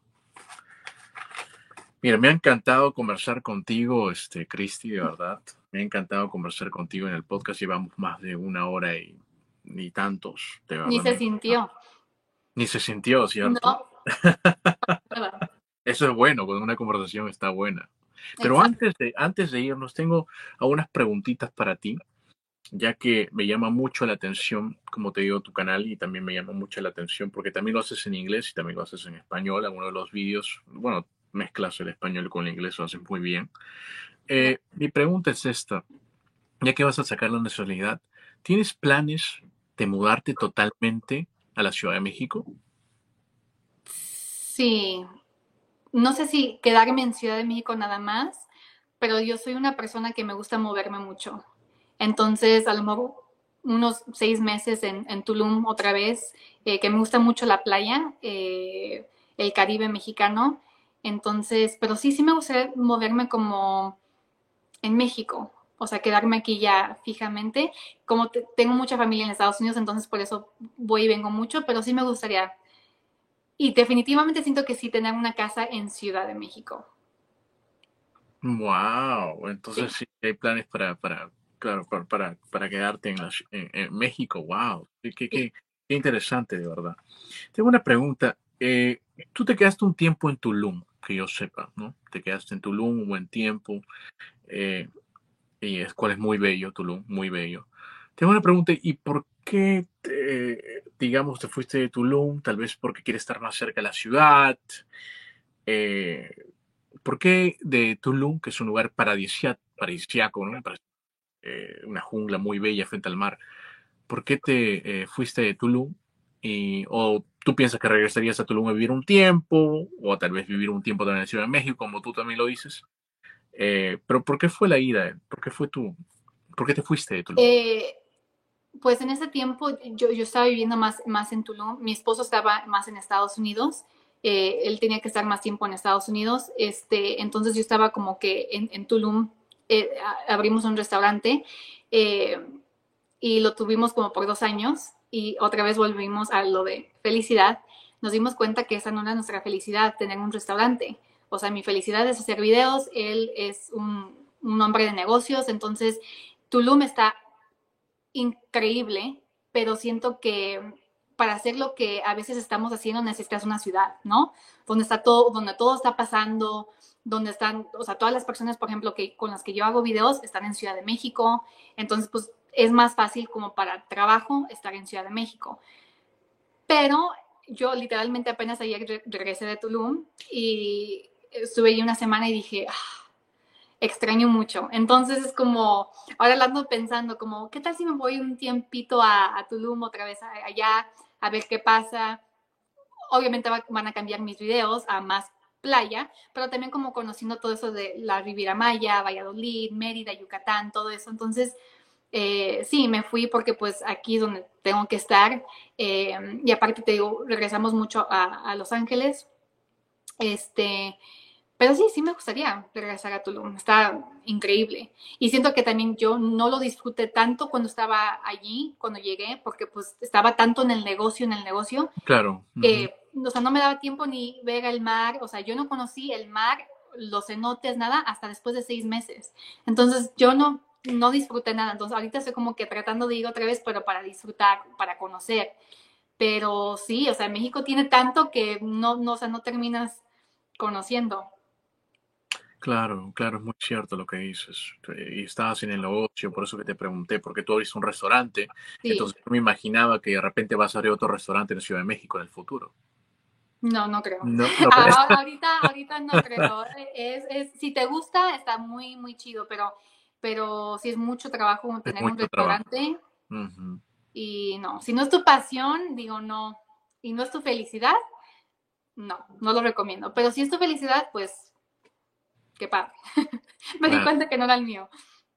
Mira, me ha encantado conversar contigo, este, Cristi, de verdad. Me ha encantado conversar contigo en el podcast. Llevamos más de una hora y ni tantos, de Ni verdad me se ha encantado. sintió. Ni se sintió, ¿cierto? No, nada. Eso es bueno, cuando una conversación está buena. Pero Exacto. antes de, antes de irnos, tengo algunas preguntitas para ti, ya que me llama mucho la atención, como te digo, tu canal y también me llama mucho la atención porque también lo haces en inglés y también lo haces en español. Algunos de los vídeos, bueno, mezclas el español con el inglés, lo haces muy bien. Eh, mi pregunta es esta, ya que vas a sacar la nacionalidad, ¿tienes planes de mudarte totalmente a la Ciudad de México? Sí. No sé si quedarme en Ciudad de México nada más, pero yo soy una persona que me gusta moverme mucho. Entonces, a lo mejor unos seis meses en, en Tulum otra vez, eh, que me gusta mucho la playa, eh, el Caribe mexicano. Entonces, pero sí, sí me gustaría moverme como en México. o sea, quedarme aquí ya fijamente. Como te, tengo mucha familia en Estados Unidos, entonces por eso voy y vengo mucho, pero sí me gustaría. Y definitivamente siento que sí tener una casa en Ciudad de México. Wow, Sí. entonces sí hay planes para, para, claro, para, para, para quedarte en, la ci- en, en México. Wow, qué, qué, Sí. qué- qué interesante, de verdad. Tengo una pregunta. Eh, tú te quedaste un tiempo en Tulum, que yo sepa, ¿no? Te quedaste en Tulum un buen tiempo, eh, y es cual es muy bello, Tulum, muy bello. Tengo una pregunta, ¿y por qué, te- digamos, te fuiste de Tulum? Tal vez porque quieres estar más cerca de la ciudad. Eh, ¿Por qué de Tulum, que es un lugar paradisia- paradisiaco, ¿no? Para- eh, una jungla muy bella frente al mar, ¿por qué te eh, fuiste de Tulum? Y, ¿o tú piensas que regresarías a Tulum a vivir un tiempo, o tal vez vivir un tiempo también en la Ciudad de México, como tú también lo dices? Eh, pero ¿por qué fue la ida? ¿Por qué fue tú? ¿Por qué te fuiste de Tulum? Eh, pues en ese tiempo yo, yo estaba viviendo más, más en Tulum, mi esposo estaba más en Estados Unidos, eh, él tenía que estar más tiempo en Estados Unidos, este, entonces yo estaba como que en, en Tulum, eh, abrimos un restaurante eh, y lo tuvimos como por dos años y otra vez volvimos a lo de felicidad, nos dimos cuenta que esa no era nuestra felicidad, tener un restaurante. O sea, mi felicidad es hacer videos, él es un, un hombre de negocios, entonces Tulum está increíble, pero siento que para hacer lo que a veces estamos haciendo necesitas una ciudad, ¿no? Donde está todo, donde todo está pasando, donde están, o sea, todas las personas, por ejemplo, que con las que yo hago videos están en Ciudad de México, entonces pues es más fácil como para trabajo estar en Ciudad de México. Pero yo literalmente apenas ayer regresé de Tulum y estuve ahí una semana y dije, ah, extraño mucho. Entonces es como, ahora lo ando pensando, como, ¿qué tal si me voy un tiempito a, a Tulum otra vez a, allá a ver qué pasa? Obviamente va, van a cambiar mis videos a más playa, pero también como conociendo todo eso de la Riviera Maya, Valladolid, Mérida, Yucatán, todo eso. Entonces, eh, sí, me fui porque pues aquí es donde tengo que estar. Eh, y aparte te digo, regresamos mucho a, a Los Ángeles. Este, pero sí, sí me gustaría regresar a Tulum, está increíble. Y siento que también yo no lo disfruté tanto cuando estaba allí, cuando llegué, porque pues estaba tanto en el negocio, en el negocio, Claro. Ujú. que, o sea, no me daba tiempo ni ver el mar, o sea, yo no conocí el mar, los cenotes, nada, hasta después de seis meses. Entonces yo no, no disfruté nada. Entonces ahorita estoy como que tratando de ir otra vez, pero para disfrutar, para conocer. Pero sí, o sea, México tiene tanto que no, no, o sea, no terminas conociendo. Claro, claro, es muy cierto lo que dices. Eh, Y estabas en el negocio, por eso que te pregunté, porque tú abriste un restaurante, Sí, entonces yo me imaginaba que de repente vas a abrir otro restaurante en Ciudad de México en el futuro. no, no creo. No, no crees. Ah, ahorita, ahorita no creo. Es, es, si te gusta, está muy, muy chido, pero, pero sí es mucho trabajo Es tener un mucho trabajo. restaurante Ujú. y no, si no es tu pasión, digo no, y no es tu felicidad, no, no lo recomiendo. Pero si es tu felicidad, pues qué padre. Me di Claro. cuenta que no era el mío.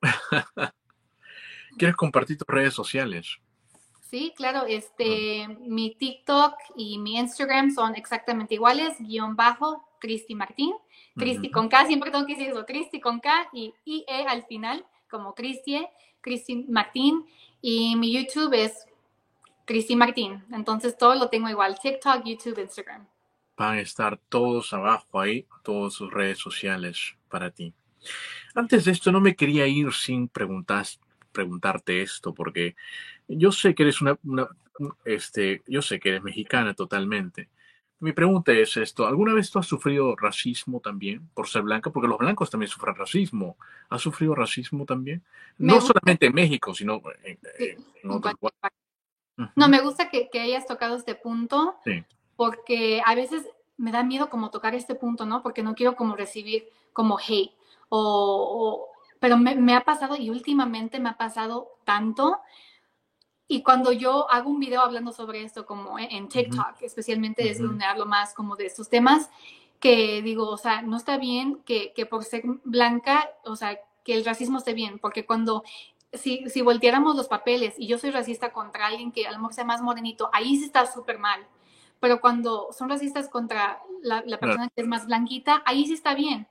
¿Quieres compartir tus redes sociales? Sí, claro, Mm, este, mi TikTok y mi Instagram son exactamente iguales, guión bajo, Cristi Martín, Cristi ujú. con K, siempre tengo que decir eso, Cristi con K y I E al final, como Cristie, Cristi Martín, y mi YouTube es Cristi Martín, entonces todo lo tengo igual, TikTok, YouTube, Instagram. Van a estar todos abajo ahí, todas sus redes sociales para ti. Antes de esto, no me quería ir sin preguntar, preguntarte esto, porque yo sé que eres una, una- este, yo sé que eres mexicana totalmente. Mi pregunta es esto, ¿alguna vez tú has sufrido racismo también por ser blanca? Porque los blancos también sufren racismo. ¿Has sufrido racismo también? Me No gusta, solamente en México, sino en, sí, en- en en otros cualquier lugares. parte. No, Ujú. me gusta que, que hayas tocado este punto Sí, porque a veces me da miedo como tocar este punto, ¿no? Porque no quiero como recibir como hate. O, o- pero me, me ha pasado y últimamente me ha pasado tanto. Y cuando yo hago un video hablando sobre esto, como en, en ujú, TikTok, especialmente es ujú, donde hablo más como de estos temas, que digo, o sea, no está bien que, que por ser blanca, o sea, que el racismo esté bien, porque cuando si, si volteáramos los papeles y yo soy racista contra alguien que a lo mejor sea más morenito, ahí sí está súper mal. Pero cuando son racistas contra la, la claro, persona que es más blanquita, ahí sí está bien.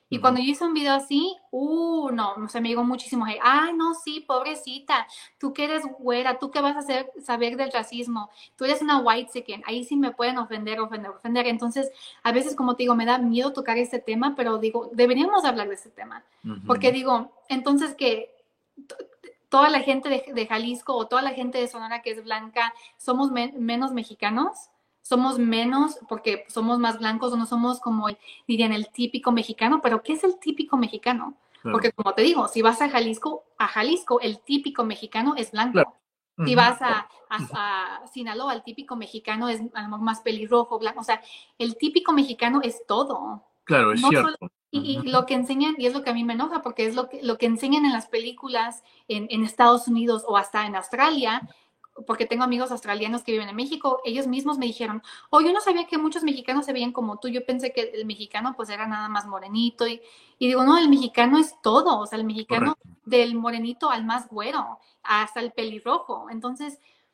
Y Ujú. cuando yo hice un video así, uh, no, o sea, me llegó muchísimo hate. Ay, no, sí, pobrecita, tú que eres güera, tú que vas a hacer, saber del racismo, tú eres una white chicken, ahí sí me pueden ofender, ofender, ofender. Entonces, a veces, como te digo, me da miedo tocar este tema, pero digo, deberíamos hablar de este tema. Porque Ujú. digo, entonces que toda la gente de, de Jalisco o toda la gente de Sonora que es blanca, somos me menos mexicanos, somos menos porque somos más blancos o no somos como, dirían, el típico mexicano, pero ¿qué es el típico mexicano? Claro, Porque como te digo, si vas a Jalisco, a Jalisco, el típico mexicano es claro. blanco. Si Ujú. vas a, a, a Sinaloa, el típico mexicano es a lo mejor más pelirrojo, blanco. O sea, el típico mexicano es todo. Claro, es No solo, cierto. y, Ujú. y lo que enseñan, y es lo que a mí me enoja, porque es lo que, lo que enseñan en las películas en, en Estados Unidos o hasta en Australia, porque tengo amigos australianos que viven en México, ellos mismos me dijeron, oh, yo no sabía que muchos mexicanos se veían como tú, yo pensé que el mexicano pues era nada más morenito, y, y digo, no, el mexicano es todo, o sea, el mexicano Correcto. del morenito al más güero, hasta el pelirrojo, entonces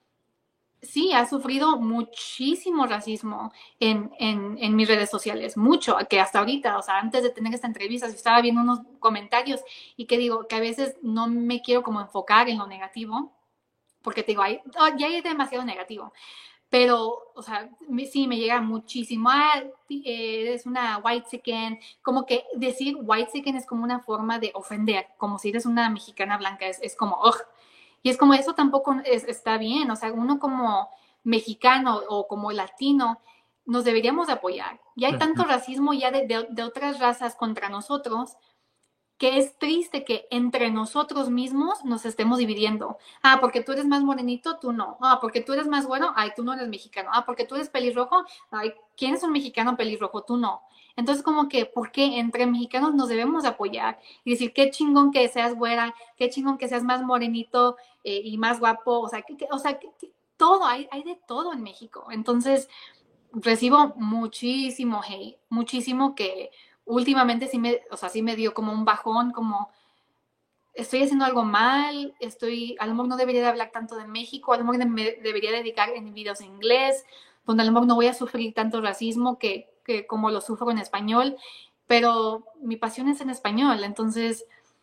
sí, ha sufrido muchísimo racismo en, en, en, mis redes sociales, mucho, que hasta ahorita, o sea, antes de tener esta entrevista, yo estaba viendo unos comentarios y que digo, que a veces no me quiero como enfocar en lo negativo, porque te digo, hay, oh, ya hay demasiado negativo, pero, o sea, me, sí, me llega muchísimo, ah, eres una white chicken, como que decir white chicken es como una forma de ofender, como si eres una mexicana blanca, es, es como, ugh. Y es como eso tampoco es, está bien, o sea, uno como mexicano o como latino nos deberíamos apoyar. Y hay tanto Ujú. racismo ya de, de, de otras razas contra nosotros que es triste que entre nosotros mismos nos estemos dividiendo. Ah, porque tú eres más morenito, tú no. Ah, porque tú eres más bueno, ay, tú no eres mexicano. Ah, porque tú eres pelirrojo, ay, ¿quién es un mexicano pelirrojo? Tú no. Entonces, como que, ¿por qué entre mexicanos nos debemos apoyar? Y decir, qué chingón que seas güera, qué chingón que seas más morenito eh, y más guapo. O sea, que, que, o sea que, que, todo, hay, hay de todo en México. Entonces, recibo muchísimo hate, muchísimo que últimamente sí me, o sea, sí me dio como un bajón, como estoy haciendo algo mal, estoy, a lo mejor no debería de hablar tanto de México, a lo mejor me debería dedicar en videos en inglés, donde a lo mejor no voy a sufrir tanto racismo que, que como lo sufro en español, pero mi pasión es en español, entonces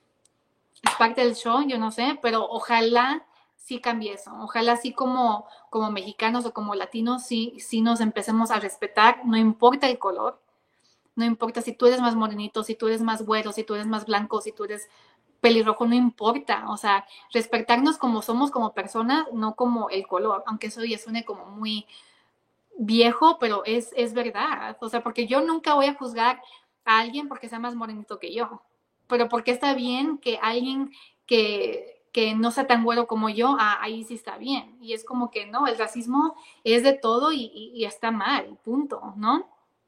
es parte del show, yo no sé, pero ojalá sí cambie eso. Ojalá sí como, como mexicanos o como latinos sí, sí nos empecemos a respetar, no importa el color, no importa si tú eres más morenito, si tú eres más güero, si tú eres más blanco, si tú eres pelirrojo, no importa. O sea, respetarnos como somos como personas, no como el color, aunque eso ya suene como muy viejo, pero es, es verdad. O sea, porque yo nunca voy a juzgar a alguien porque sea más morenito que yo. Pero porque está bien que alguien que, que no sea tan güero como yo, ah, ahí sí está bien. Y es como que no, el racismo es de todo y, y, y está mal, punto, ¿no?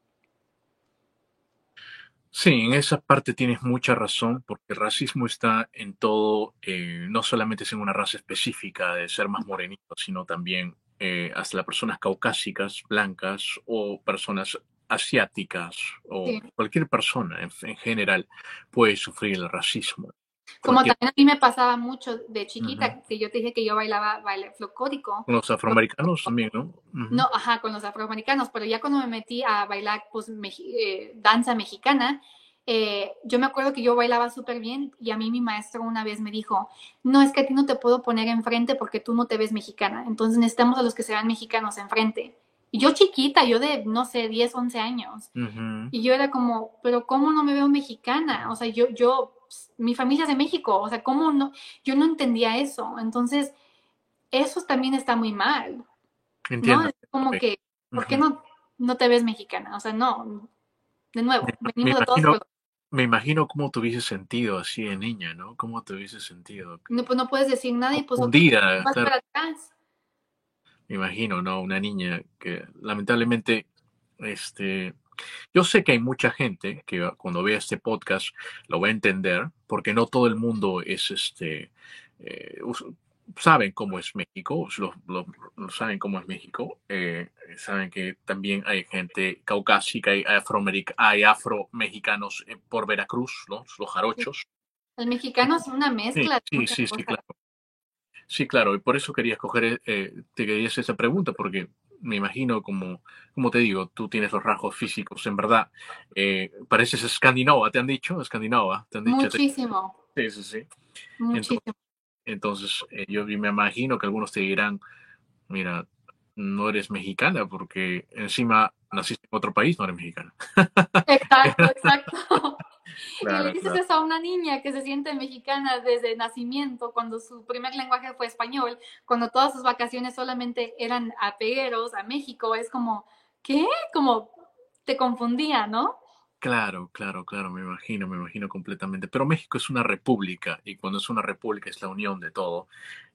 Sí, en esa parte tienes mucha razón, porque el racismo está en todo, eh, no solamente es en una raza específica de ser más morenito, sino también eh, hasta las personas caucásicas, blancas o personas asiáticas o Sí. cualquier persona en, en general puede sufrir el racismo. Como Cualquier, también a mí me pasaba mucho de Ujú. chiquita, que yo te dije que yo bailaba baile folclórico. Con los afroamericanos también, ¿no? Ujú. No, ajá, con los afroamericanos, pero ya cuando me metí a bailar pues meji eh, danza mexicana, eh, yo me acuerdo que yo bailaba súper bien y a mí mi maestro una vez me dijo, no, es que a ti no te puedo poner enfrente porque tú no te ves mexicana, entonces necesitamos a los que se vean mexicanos enfrente. Y yo chiquita, yo de, no sé, diez once años, Ujú. y yo era como, pero ¿cómo no me veo mexicana? O sea, yo, yo, mi familia es de México, o sea, ¿cómo no? Yo no entendía eso, entonces eso también está muy mal, ¿no? Entiendo. Es como Ok. que, ¿por qué Ujú. no, no te ves mexicana? O sea, no, de Me, nuevo, me venimos de todos imagino, colores. me imagino cómo te hubiese sentido así de niña, ¿no? ¿Cómo te hubiese sentido? No, pues no puedes decir nada y pues otro Confundida, vas claro, para atrás. me imagino, ¿no? Una niña que lamentablemente, este, yo sé que hay mucha gente que cuando vea este podcast lo va a entender, porque no todo el mundo es, este, eh, us- saben cómo es México, lo, lo- lo saben cómo es México, eh, saben que también hay gente caucásica, hay, afroameric- hay afro-mexicanos eh, por Veracruz, ¿no? Los jarochos. El mexicano es una Sí, mezcla de sí, muchas sí, sí, cosas. claro. Sí, claro, y por eso quería escoger, eh, te quería hacer esa pregunta, porque me imagino, como, como te digo, tú tienes los rasgos físicos, en verdad. Eh, pareces escandinava, ¿te han dicho? Escandinava, ¿te han dicho? Muchísimo. Sí, sí, sí. Muchísimo. Entonces, entonces eh, yo me imagino que algunos te dirán, mira, no eres mexicana porque encima naciste en otro país, no eres mexicana. Exacto, exacto. Claro, y le dices claro. eso a una niña que se siente mexicana desde nacimiento, cuando su primer lenguaje fue español, cuando todas sus vacaciones solamente eran a pegueros, a México, es como, ¿qué? Como te confundía, ¿no? Claro, claro, claro, me imagino, me imagino completamente. Pero México es una república y cuando es una república es la unión de todo.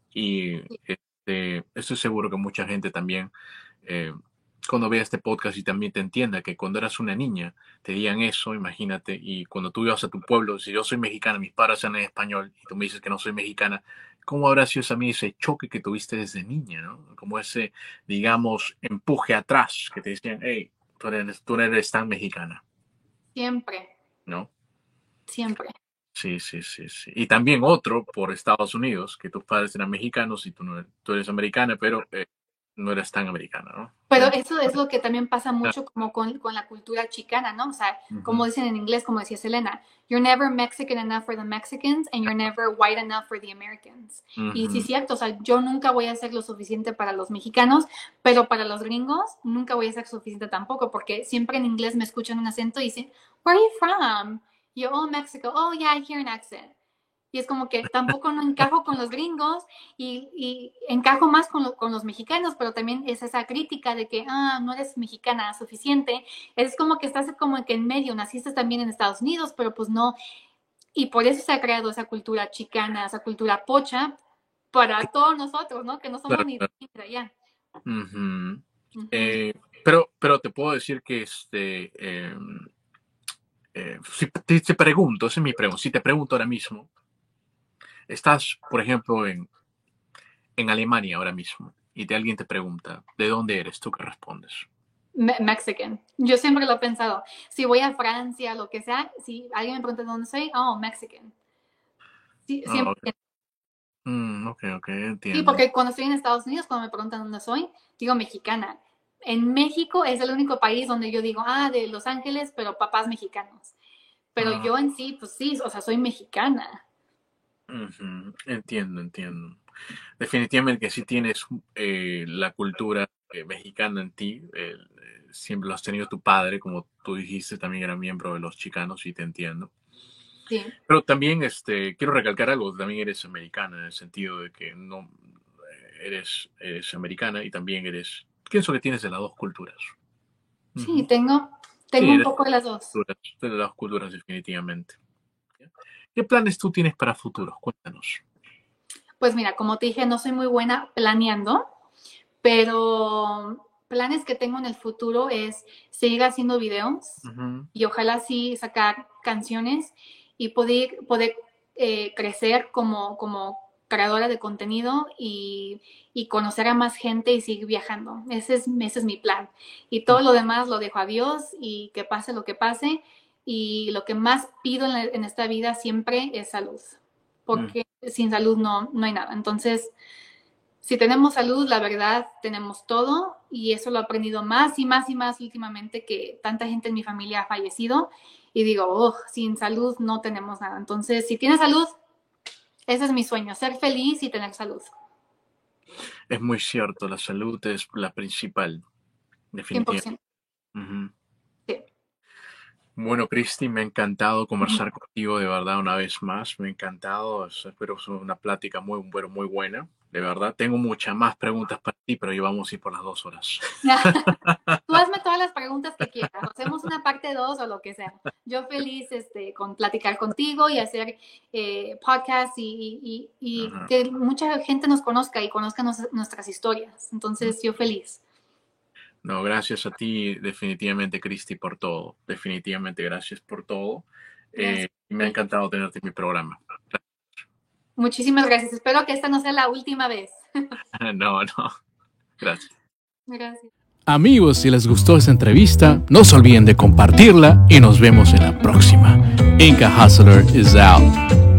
Y este, estoy seguro que mucha gente también, eh, cuando vea este podcast y también te entienda que cuando eras una niña te digan eso, imagínate, y cuando tú ibas a tu pueblo, si yo soy mexicana, mis padres hablan en español y tú me dices que no soy mexicana, ¿cómo habrá sido también ese choque que tuviste desde niña, ¿no? Como ese, digamos, empuje atrás que te decían, hey, tú eres, tú no eres tan mexicana, Siempre, ¿no? siempre. Sí, sí, sí, sí. Y también otro por Estados Unidos, que tus padres eran mexicanos y tú, no, tú eres americana, pero eh, no eres tan americana, ¿no? Pero Entonces, eso es lo que también pasa mucho como con, con la cultura chicana, ¿no? O sea, uh-huh. como dicen en inglés, como decía Selena, you're never Mexican enough for the Mexicans and you're never white enough for the Americans. Uh-huh. Y sí es cierto, o sea, yo nunca voy a ser lo suficiente para los mexicanos, pero para los gringos nunca voy a ser suficiente tampoco, porque siempre en inglés me escuchan un acento y dicen, where are you from? Y yo, oh, Mexico. Oh, yeah, I hear an accent. Y es como que tampoco no encajo con los gringos y, y encajo más con, lo, con los mexicanos, pero también es esa crítica de que, ah, no eres mexicana suficiente. Es como que estás como que en medio, naciste también en Estados Unidos, pero pues no. Y por eso se ha creado esa cultura chicana, esa cultura pocha para todos nosotros, ¿no? Que no somos claro, ni de allá. Uh-huh. Uh-huh. Eh, pero, pero te puedo decir que este... Eh, eh, si te, te pregunto, esa es mi pregunta, si te pregunto ahora mismo, estás, por ejemplo, en, en Alemania ahora mismo y te, alguien te pregunta, ¿de dónde eres? ¿Tú qué respondes? Me Mexican. Yo siempre lo he pensado. Si voy a Francia, lo que sea, si alguien me pregunta de dónde soy, oh, Mexican. Sí, oh, siempre. Okay. Mm, ok, ok, entiendo. Sí, porque cuando estoy en Estados Unidos, cuando me preguntan dónde soy, digo mexicana. En México es el único país donde yo digo, ah, de Los Ángeles, pero papás mexicanos. Pero uh-huh. yo en sí, pues sí, o sea, soy mexicana. Uh-huh. Entiendo, entiendo. Definitivamente que sí tienes eh, la cultura eh, mexicana en ti. Eh, siempre lo has tenido tu padre, como tú dijiste, también era miembro de los Chicanos y te entiendo. Sí. Pero también este, quiero recalcar algo, también eres americana en el sentido de que no eres, eres americana y también eres, pienso que tienes de las dos culturas. Sí, uh-huh. tengo, tengo sí, un poco de las dos. De las dos culturas, definitivamente. ¿Qué planes tú tienes para futuros? Cuéntanos. Pues mira, como te dije, no soy muy buena planeando, pero planes que tengo en el futuro es seguir haciendo videos uh-huh. y ojalá sí sacar canciones y poder, poder eh, crecer como, como creadora de contenido y, y conocer a más gente y seguir viajando. Ese es, ese es mi plan. Y todo uh-huh. lo demás lo dejo a Dios y que pase lo que pase. Y lo que más pido en, la, en esta vida siempre es salud, porque mm. sin salud no, no hay nada. Entonces, si tenemos salud, la verdad, tenemos todo, y eso lo he aprendido más y más y más últimamente, que tanta gente en mi familia ha fallecido, y digo, oh, sin salud no tenemos nada. Entonces, si tienes salud, ese es mi sueño, ser feliz y tener salud. Es muy cierto, la salud es la principal, definitivamente. cien por ciento. Uh-huh. Sí. Bueno, Cristi, me ha encantado conversar contigo de verdad una vez más. Me ha encantado. Espero que sea una plática muy, muy, muy buena. De verdad, tengo muchas más preguntas para ti, pero llevamos a ir por las dos horas. Tú hazme todas las preguntas que quieras. Hacemos una parte dos o lo que sea. Yo feliz este, con platicar contigo y hacer eh, podcasts y, y, y uh-huh. que mucha gente nos conozca y conozca nos, nuestras historias. Entonces, uh-huh. yo feliz. No, gracias a ti, definitivamente, Cristi, por todo. Definitivamente, gracias por todo. Eh, me ha encantado tenerte en mi programa. Gracias. Muchísimas gracias. Espero que esta no sea la última vez. No, no. Gracias. Gracias. Amigos, si les gustó esta entrevista, no se olviden de compartirla y nos vemos en la próxima. Inca Hustler is out.